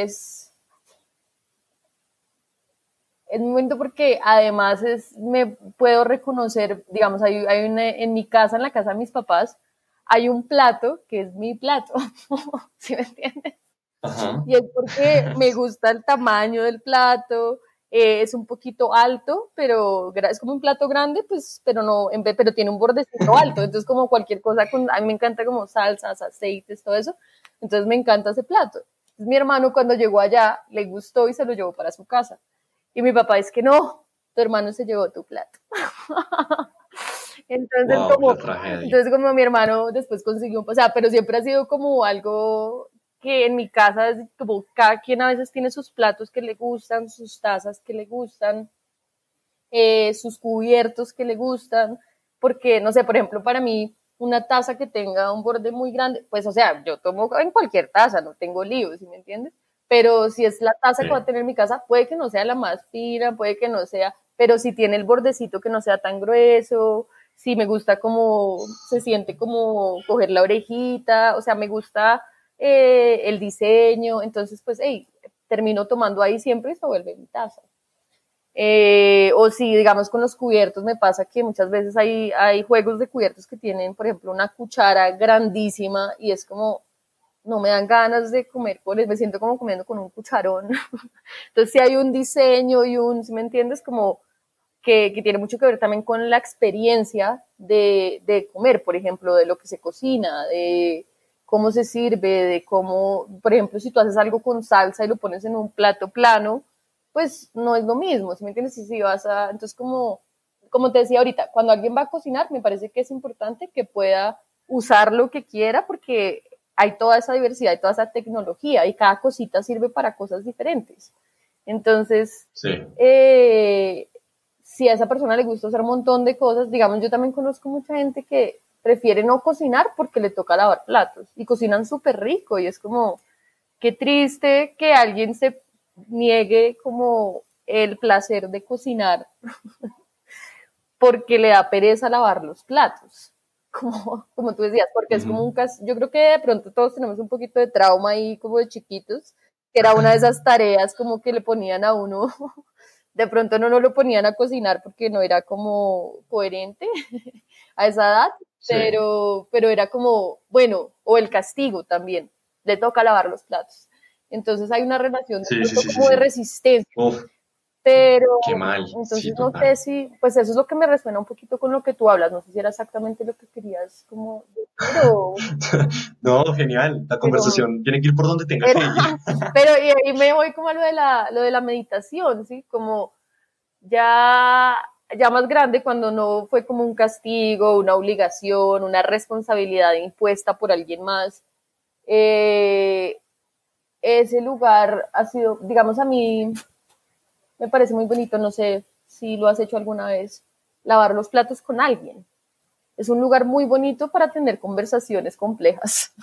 es muy bonito porque además me puedo reconocer, digamos, en mi casa, en la casa de mis papás, hay un plato que es mi plato, ¿sí me entiendes? Ajá. Y es porque me gusta el tamaño del plato, es un poquito alto, pero es como un plato grande, pues, pero no, pero tiene un bordecito alto, entonces como cualquier cosa, a mí me encanta como salsas, aceites, todo eso, entonces me encanta ese plato. Entonces, mi hermano cuando llegó allá le gustó y se lo llevó para su casa. Y mi papá es que no, tu hermano se llevó tu plato. Entonces Wow, la como, tragedia. entonces como mi hermano después consiguió, o sea, pero siempre ha sido como algo que en mi casa es como cada quien a veces tiene sus platos que le gustan, sus tazas que le gustan, sus cubiertos que le gustan, porque no sé, por ejemplo, para mí una taza que tenga un borde muy grande, pues o sea, yo tomo en cualquier taza, no tengo líos, ¿sí me entiendes? Pero si es la taza Sí, que va a tener en mi casa, puede que no sea la más fina, puede que no sea, pero si tiene el bordecito que no sea tan grueso, si me gusta como se siente como coger la orejita, o sea, me gusta el diseño, entonces pues, hey, termino tomando ahí siempre y se vuelve mi taza. O si, digamos, con los cubiertos me pasa que muchas veces hay juegos de cubiertos que tienen, por ejemplo, una cuchara grandísima y es como, no me dan ganas de comer con él, me siento como comiendo con un cucharón. Entonces, si hay un diseño y ¿sí me entiendes? Como que tiene mucho que ver también con la experiencia de comer, por ejemplo, de lo que se cocina, de cómo se sirve, de cómo, por ejemplo, si tú haces algo con salsa y lo pones en un plato plano, pues no es lo mismo, ¿sí me entiendes? Si vas a, entonces como te decía ahorita, cuando alguien va a cocinar, me parece que es importante que pueda usar lo que quiera porque hay toda esa diversidad y toda esa tecnología y cada cosita sirve para cosas diferentes. Entonces, Sí. Si a esa persona le gusta hacer un montón de cosas, digamos, yo también conozco mucha gente que prefiere no cocinar porque le toca lavar platos y cocinan súper rico y es como, qué triste que alguien se niegue como el placer de cocinar porque le da pereza lavar los platos, como tú decías, porque es como un caso, yo creo que de pronto todos tenemos un poquito de trauma ahí como de chiquitos, que era una de esas tareas como que le ponían a uno, de pronto no lo ponían a cocinar porque no era como coherente a esa edad, Sí. pero era como, bueno, o el castigo también, le toca lavar los platos. Entonces hay una relación de como de resistencia. Uf, pero qué mal. entonces Sí, no total. sé si, pues eso es lo que me resuena un poquito con lo que tú hablas, no sé si era exactamente lo que querías como decir No, genial. La pero, conversación tiene que ir por donde tenga pero, que ir. pero y ahí me voy como a lo de la meditación, ¿sí? Como ya, ya más grande cuando no fue como un castigo, una obligación, una responsabilidad impuesta por alguien más. Ese lugar ha sido, digamos, a mí me parece muy bonito, no sé si lo has hecho alguna vez, lavar los platos con alguien. Es un lugar muy bonito para tener conversaciones complejas.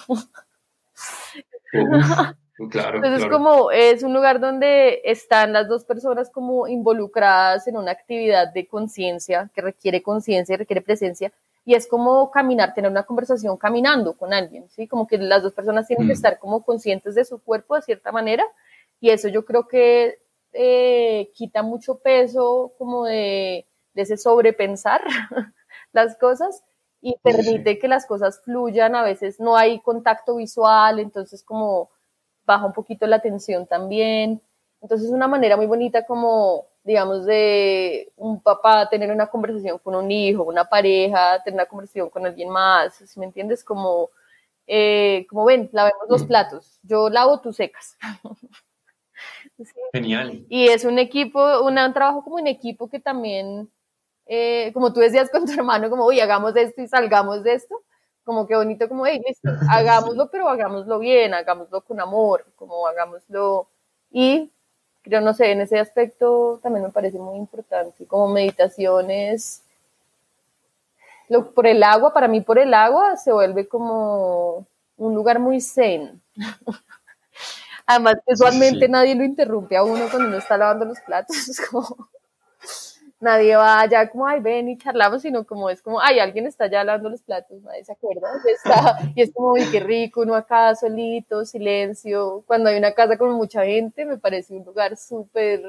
Uf, claro, Entonces, claro. como es un lugar donde están las dos personas como involucradas en una actividad de conciencia, requiere presencia, y es como caminar, tener una conversación caminando con alguien, ¿sí? Como que las dos personas tienen que estar como conscientes de su cuerpo de cierta manera, y eso yo creo que quita mucho peso como de ese sobrepensar las cosas y Sí. permite que las cosas fluyan, a veces no hay contacto visual, entonces como baja un poquito la tensión también. Entonces es una manera muy bonita como, digamos, de un papá tener una conversación con un hijo, una pareja, tener una conversación con alguien más, ¿sí me entiendes? Como ven, lavemos los platos, yo lavo, tú secas. Sí. Genial. Y es un equipo, un trabajo como en equipo que también, como tú decías con tu hermano, como, uy, hagamos esto y salgamos de esto, como que bonito, como, hey, listo, Sí. hagámoslo, pero hagámoslo bien, hagámoslo con amor, como hagámoslo, y creo, no sé, en ese aspecto también me parece muy importante, como meditaciones, por el agua, para mí por el agua se vuelve como un lugar muy zen. Además, usualmente Sí. nadie lo interrumpe a uno cuando uno está lavando los platos, es como, nadie va allá como, ay, ven y charlamos, sino como es como, ay, alguien está ya lavando los platos, nadie se acuerda, y es como, uy, qué rico, uno acá solito, silencio. Cuando hay una casa con mucha gente, me parece un lugar súper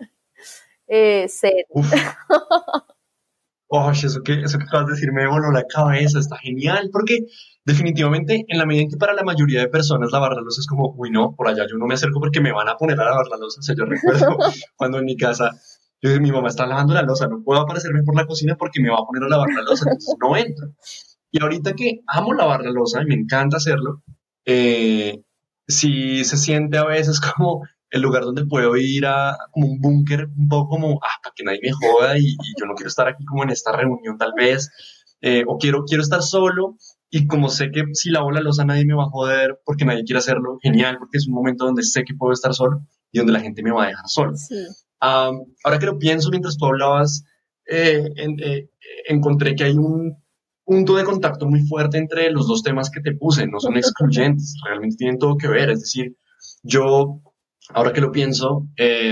zen. Uf. Oh, eso que acabas de decir me voló la cabeza, está genial, porque definitivamente en la medida en que para la mayoría de personas lavar la loza es como, uy, no, por allá yo no me acerco porque me van a poner a lavar la loza. O sea, yo recuerdo cuando en mi casa mi mamá está lavando la loza, no puedo aparecerme por la cocina porque me va a poner a lavar la loza, entonces no entro. Y ahorita que amo lavar la loza y me encanta hacerlo, eh, sí se siente a veces como el lugar donde puedo ir a como un búnker, un poco como, para que nadie me joda y yo no quiero estar aquí como en esta reunión tal vez, o quiero estar solo y como sé que si lavo la loza nadie me va a joder porque nadie quiere hacerlo, genial, porque es un momento donde sé que puedo estar solo y donde la gente me va a dejar solo. Sí. Ahora que lo pienso mientras tú hablabas, encontré que hay un punto de contacto muy fuerte entre los dos temas que te puse, no son excluyentes, realmente tienen todo que ver. Es decir, yo, ahora que lo pienso,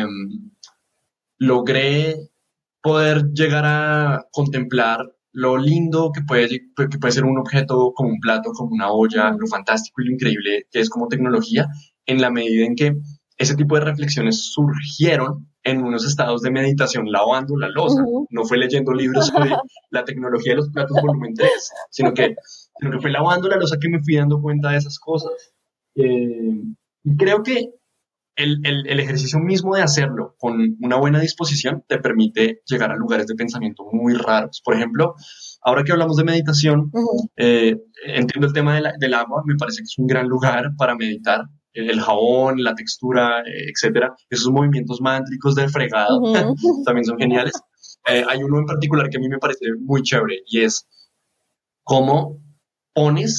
logré poder llegar a contemplar lo lindo que puede ser un objeto como un plato, como una olla, lo Ujú. fantástico y lo increíble que es como tecnología, en la medida en que ese tipo de reflexiones surgieron en unos estados de meditación lavando la loza. Ujú. No fue leyendo libros sobre la tecnología de los platos volumen 3, sino que fue lavando la loza que me fui dando cuenta de esas cosas. Y creo que el ejercicio mismo de hacerlo con una buena disposición te permite llegar a lugares de pensamiento muy raros. Por ejemplo, ahora que hablamos de meditación, Ujú. entiendo el tema del agua, me parece que es un gran lugar para meditar. El jabón, la textura, etcétera. Esos movimientos mántricos de fregado Ujú. también son geniales. Hay uno en particular que a mí me parece muy chévere y es cómo pones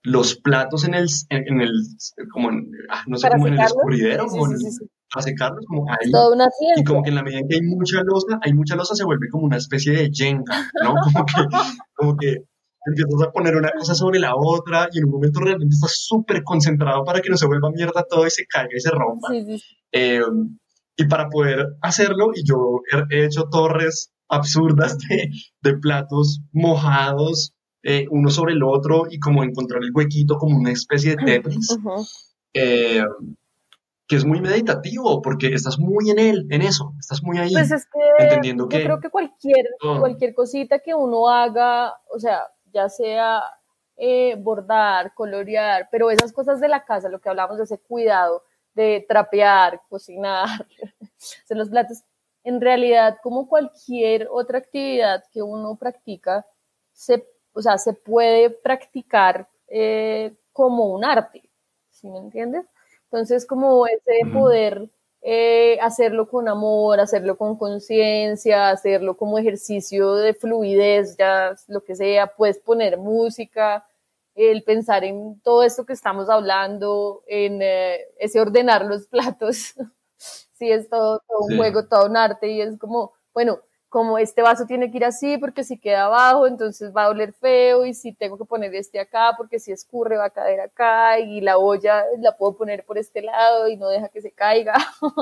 los platos como no sé, Para como en el secarlos. escurridero, Sí, sí, como sí, sí, sí. para secarlos, como Es ahí, toda una y ciencia. como que en la medida en que hay mucha loza, se vuelve como una especie de Jenga, ¿no? Como que empiezas a poner una cosa sobre la otra y en un momento realmente estás súper concentrado para que no se vuelva mierda todo y se caiga y se rompa. Sí, sí, sí. Eh, y para poder hacerlo, y yo he hecho torres absurdas de platos mojados uno sobre el otro y como encontrar el huequito como una especie de Tetris, Ujú. eh, que es muy meditativo porque estás muy en eso, estás muy ahí, Pues es que entendiendo yo que creo que cualquier, todo, cualquier cosita que uno haga, o sea, ya sea bordar, colorear, pero esas cosas de la casa, lo que hablamos de ese cuidado, de trapear, cocinar, hacer los platos, en realidad, como cualquier otra actividad que uno practica, o sea, se puede practicar como un arte, ¿sí me entiendes? Entonces, como ese ujú, poder hacerlo con amor, hacerlo con conciencia, hacerlo como ejercicio de fluidez, ya lo que sea, puedes poner música, el pensar en todo esto que estamos hablando, en ese ordenar los platos, sí, es todo un sí, juego, todo un arte y es como, bueno, como este vaso tiene que ir así porque si queda abajo entonces va a oler feo y si tengo que poner este acá porque si escurre va a caer acá y la olla la puedo poner por este lado y no deja que se caiga.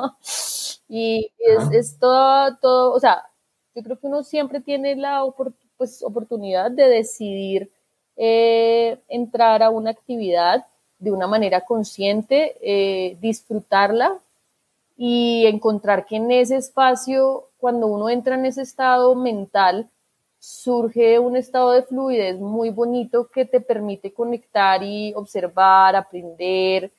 Y ajá, es todo, o sea, yo creo que uno siempre tiene la pues, oportunidad de decidir entrar a una actividad de una manera consciente, disfrutarla y encontrar que en ese espacio, cuando uno entra en ese estado mental, surge un estado de fluidez muy bonito que te permite conectar y observar, aprender,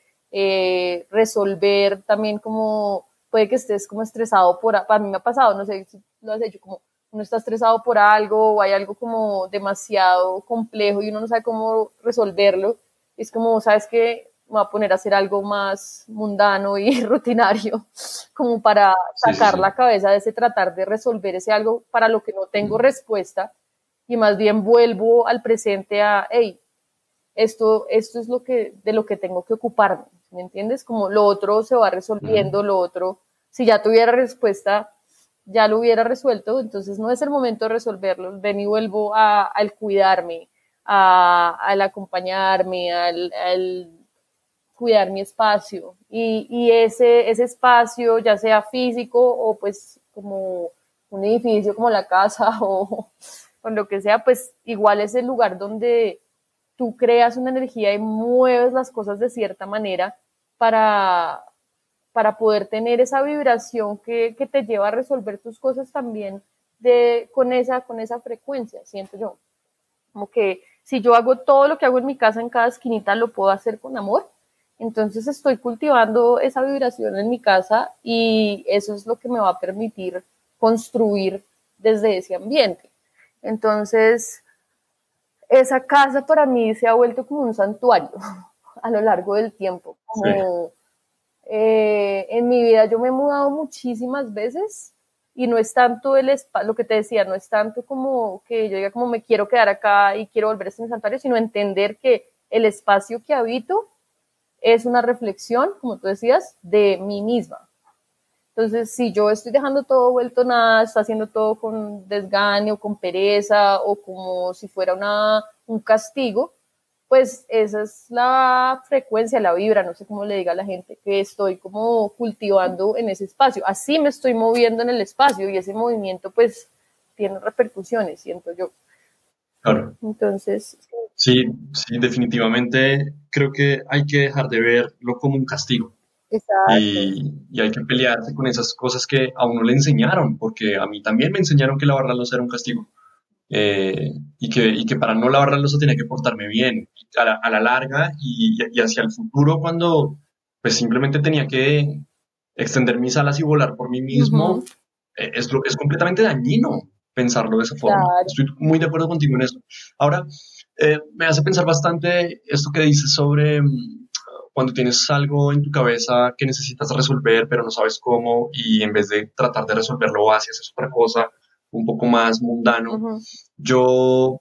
resolver también como puede que estés como estresado a mí me ha pasado, no sé si lo has hecho, como uno está estresado por algo o hay algo como demasiado complejo y uno no sabe cómo resolverlo. Es como, ¿sabes qué? Me voy a poner a hacer algo más mundano y rutinario, como para sí, sí, sacar sí, la cabeza de ese tratar de resolver ese algo para lo que no tengo mm, respuesta y más bien vuelvo al presente a, hey, esto es de lo que tengo que ocuparme, ¿me entiendes? Como lo otro se va ujú, resolviendo, lo otro, si ya tuviera respuesta, ya lo hubiera resuelto, entonces no es el momento de resolverlo, ven y vuelvo al cuidarme, al acompañarme, al cuidar mi espacio y ese espacio, ya sea físico o pues como un edificio como la casa o lo que sea, pues igual es el lugar donde tú creas una energía y mueves las cosas de cierta manera para, para poder tener esa vibración que te lleva a resolver tus cosas también con esa frecuencia, siento yo. Como que si yo hago todo lo que hago en mi casa, en cada esquinita, lo puedo hacer con amor. Entonces estoy cultivando esa vibración en mi casa y eso es lo que me va a permitir construir desde ese ambiente. Entonces, esa casa para mí se ha vuelto como un santuario a lo largo del tiempo. sí, Como en mi vida yo me he mudado muchísimas veces y no es tanto lo que te decía, no es tanto como que yo diga como me quiero quedar acá y quiero volver a este santuario, sino entender que el espacio que habito es una reflexión, como tú decías, de mí misma. Entonces, si yo estoy dejando todo vuelto nada, está haciendo todo con desgane o con pereza o como si fuera un castigo, pues esa es la frecuencia, la vibra, no sé cómo le diga a la gente, que estoy como cultivando en ese espacio. Así me estoy moviendo en el espacio y ese movimiento pues tiene repercusiones, siento yo. claro. Entonces, Sí, sí, definitivamente creo que hay que dejar de verlo como un castigo exacto, y hay que pelearse con esas cosas que a uno le enseñaron, porque a mí también me enseñaron que lavar la loza era un castigo y que para no lavar la loza tenía que portarme bien a la larga y hacia el futuro cuando pues simplemente tenía que extender mis alas y volar por mí uh -huh, mismo, es completamente dañino pensarlo de esa forma. claro, Estoy muy de acuerdo contigo en eso. Ahora, me hace pensar bastante esto que dices sobre cuando tienes algo en tu cabeza que necesitas resolver, pero no sabes cómo, y en vez de tratar de resolverlo, vas y haces otra cosa un poco más uh mundano. -huh, Yo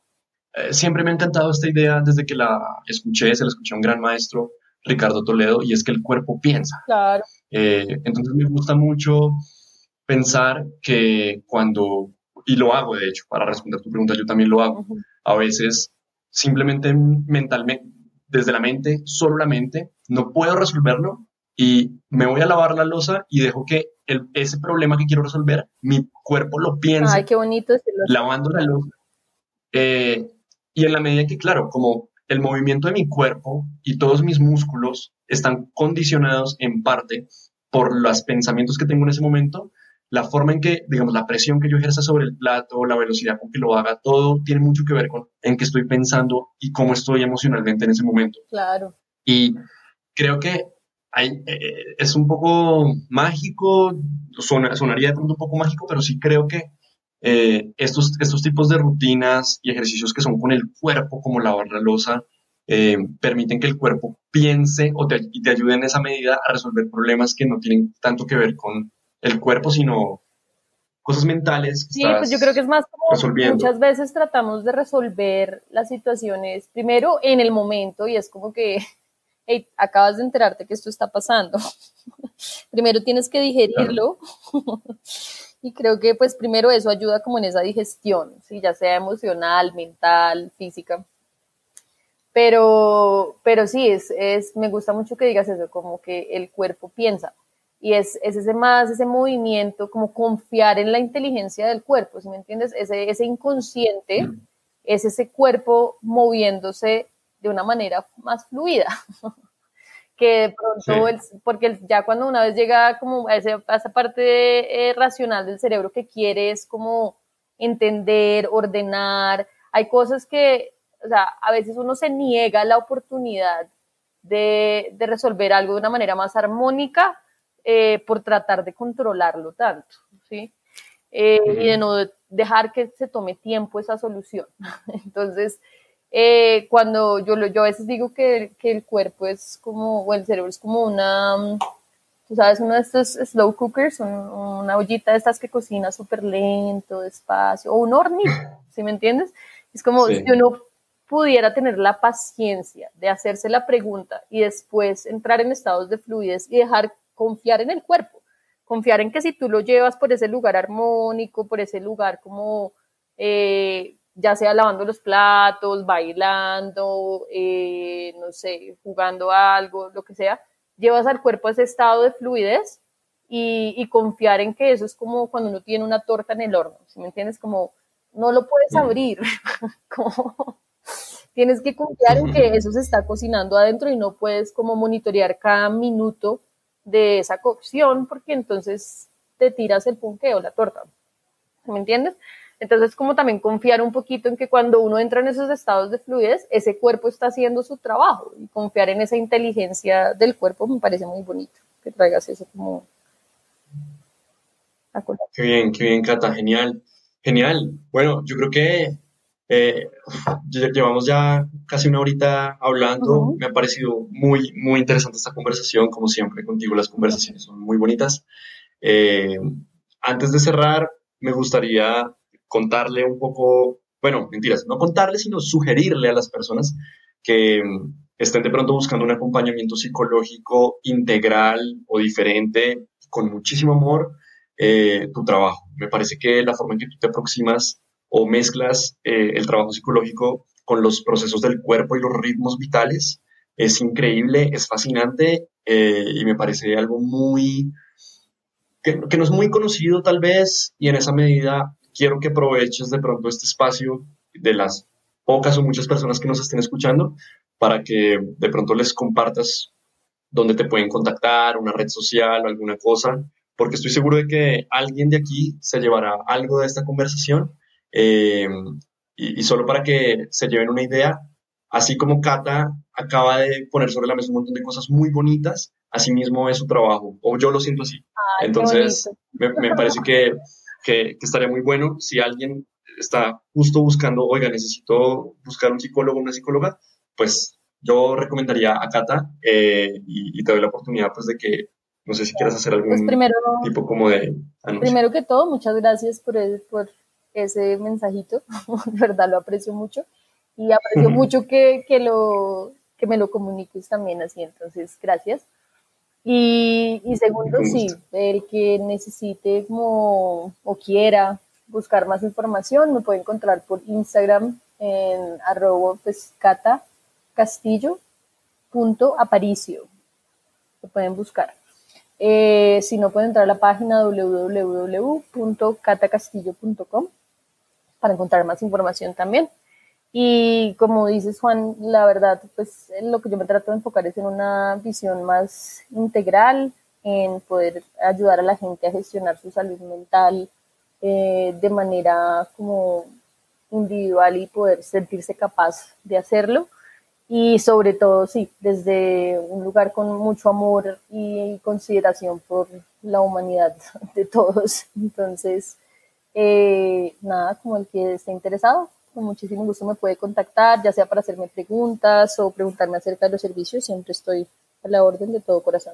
siempre me ha encantado esta idea desde que se la escuché a un gran maestro, Ricardo Toledo, y es que el cuerpo piensa. Claro. Entonces me gusta mucho pensar que cuando, y lo hago de hecho, para responder tu pregunta, yo también lo hago, Ujú. a veces simplemente mentalmente, desde la mente, solo la mente, no puedo resolverlo y me voy a lavar la loza y dejo que ese problema que quiero resolver, mi cuerpo lo Ay, piense, qué bonito decirlo así. lavando la loza. eh, y en la medida que, claro, como el movimiento de mi cuerpo y todos mis músculos están condicionados en parte por los pensamientos que tengo en ese momento, la forma en que, digamos, la presión que yo ejerza sobre el plato, la velocidad con que lo haga, todo tiene mucho que ver con en qué estoy pensando y cómo estoy emocionalmente en ese momento. Claro. Y creo que es un poco mágico, sonaría de pronto un poco mágico, pero sí creo que estos tipos de rutinas y ejercicios que son con el cuerpo, como lavar la losa, permiten que el cuerpo piense y te ayude en esa medida a resolver problemas que no tienen tanto que ver con el cuerpo, sino cosas mentales que Sí, pues yo creo que estás es más como resolviendo. muchas veces tratamos de resolver las situaciones primero en el momento y es como que, hey, acabas de enterarte que esto está pasando. Primero tienes que Claro. digerirlo y creo que pues primero eso ayuda como en esa digestión, ¿sí? Ya sea emocional, mental, física. Pero sí, me gusta mucho que digas eso, como que el cuerpo piensa. Y es ese más, ese movimiento, como confiar en la inteligencia del cuerpo, ¿sí me entiendes? Ese inconsciente es ese cuerpo moviéndose de una manera más fluida, que de Sí. pronto, porque ya cuando una vez llega como a esa parte racional del cerebro que quiere es como entender, ordenar, hay cosas que, o sea, a veces uno se niega la oportunidad de resolver algo de una manera más armónica por tratar de controlarlo tanto, ¿sí? Y de Ujú. no dejar que se tome tiempo esa solución. Entonces, cuando yo a veces digo que el cuerpo es como, o el cerebro es como tú sabes, uno de estos slow cookers, una ollita de estas que cocina súper lento, despacio, o un hornito, ¿sí me entiendes? Es como si Sí. uno pudiera tener la paciencia de hacerse la pregunta y después entrar en estados de fluidez y dejar confiar en el cuerpo, confiar en que si tú lo llevas por ese lugar armónico, por ese lugar como ya sea lavando los platos, bailando, no sé, jugando a algo, lo que sea, llevas al cuerpo a ese estado de fluidez y confiar en que eso es como cuando uno tiene una torta en el horno, ¿sí me entiendes? Como no lo puedes Ujú. abrir, como tienes que confiar en que eso se está cocinando adentro y no puedes como monitorear cada minuto de esa cocción porque entonces te tiras el ponqué o la torta, ¿me entiendes? Entonces, como también confiar un poquito en que cuando uno entra en esos estados de fluidez, ese cuerpo está haciendo su trabajo y confiar en esa inteligencia del cuerpo me parece muy bonito, que traigas eso como a colación. Qué bien, Cata, genial, genial. Bueno, yo creo que eh, llevamos ya casi una horita hablando. Uh Me ha parecido muy interesante esta conversación. Como siempre, contigo las -huh. conversaciones son muy bonitas. Eh, Antes de cerrar, me gustaría contarle un poco, bueno, mentiras, no contarle, sino sugerirle a las personas que estén de pronto buscando un acompañamiento psicológico integral o diferente, con muchísimo amor, tu trabajo. Me parece que la forma en que tú te aproximas o mezclas el trabajo psicológico con los procesos del cuerpo y los ritmos vitales es increíble, es fascinante y me parece algo que no es muy conocido tal vez, y en esa medida quiero que aproveches de pronto este espacio de las pocas o muchas personas que nos estén escuchando para que de pronto les compartas dónde te pueden contactar, una red social o alguna cosa, porque estoy seguro de que alguien de aquí se llevará algo de esta conversación. eh, y solo para que se lleven una idea, así como Cata acaba de poner sobre la mesa un montón de cosas muy bonitas, así mismo es su trabajo, o yo lo siento así. Ay, qué Entonces, bonito. me parece que estaría muy bueno si alguien está justo buscando, oiga, necesito buscar un psicólogo, una psicóloga, pues yo recomendaría a Cata y te doy la oportunidad pues de que, no sé si quieres hacer Pues algún tipo como de anuncio. primero que todo, muchas gracias por ese mensajito, de verdad lo aprecio mucho. y aprecio mucho que me lo comuniques también así, entonces gracias. Y segundo, sí, el que necesite como o quiera buscar más información me puede encontrar por Instagram en @ catacastillo.aparicio. Lo pueden buscar. Si no, pueden entrar a la página www.catacastillo.com para encontrar más información también. Y como dices, Juan, la verdad, pues lo que yo me trato de enfocar es en una visión más integral, en poder ayudar a la gente a gestionar su salud mental de manera como individual y poder sentirse capaz de hacerlo. Y sobre todo, sí, desde un lugar con mucho amor y consideración por la humanidad de todos. Entonces, nada, como el que esté interesado, con muchísimo gusto me puede contactar, ya sea para hacerme preguntas o preguntarme acerca de los servicios, siempre estoy a la orden de todo corazón.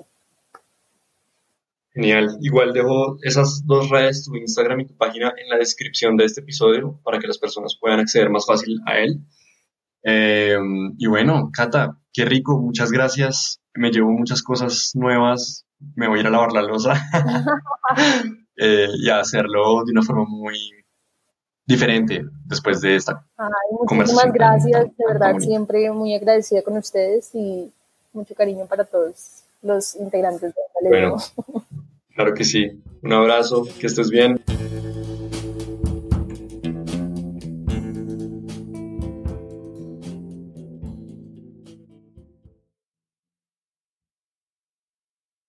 Genial. Igual dejo esas dos redes, tu Instagram y tu página, en la descripción de este episodio para que las personas puedan acceder más fácil a él. Eh, y bueno, Cata, qué rico, muchas gracias. Me llevo muchas cosas nuevas. Me voy a ir a lavar la loza y a hacerlo de una forma muy diferente después de esta Ay, muchísimas conversación tan, gracias, tan, de tan, tan verdad, bonita. siempre muy agradecida con ustedes y mucho cariño para todos los integrantes de Venga, les digo. Bueno, claro que sí. Un abrazo, que estés bien.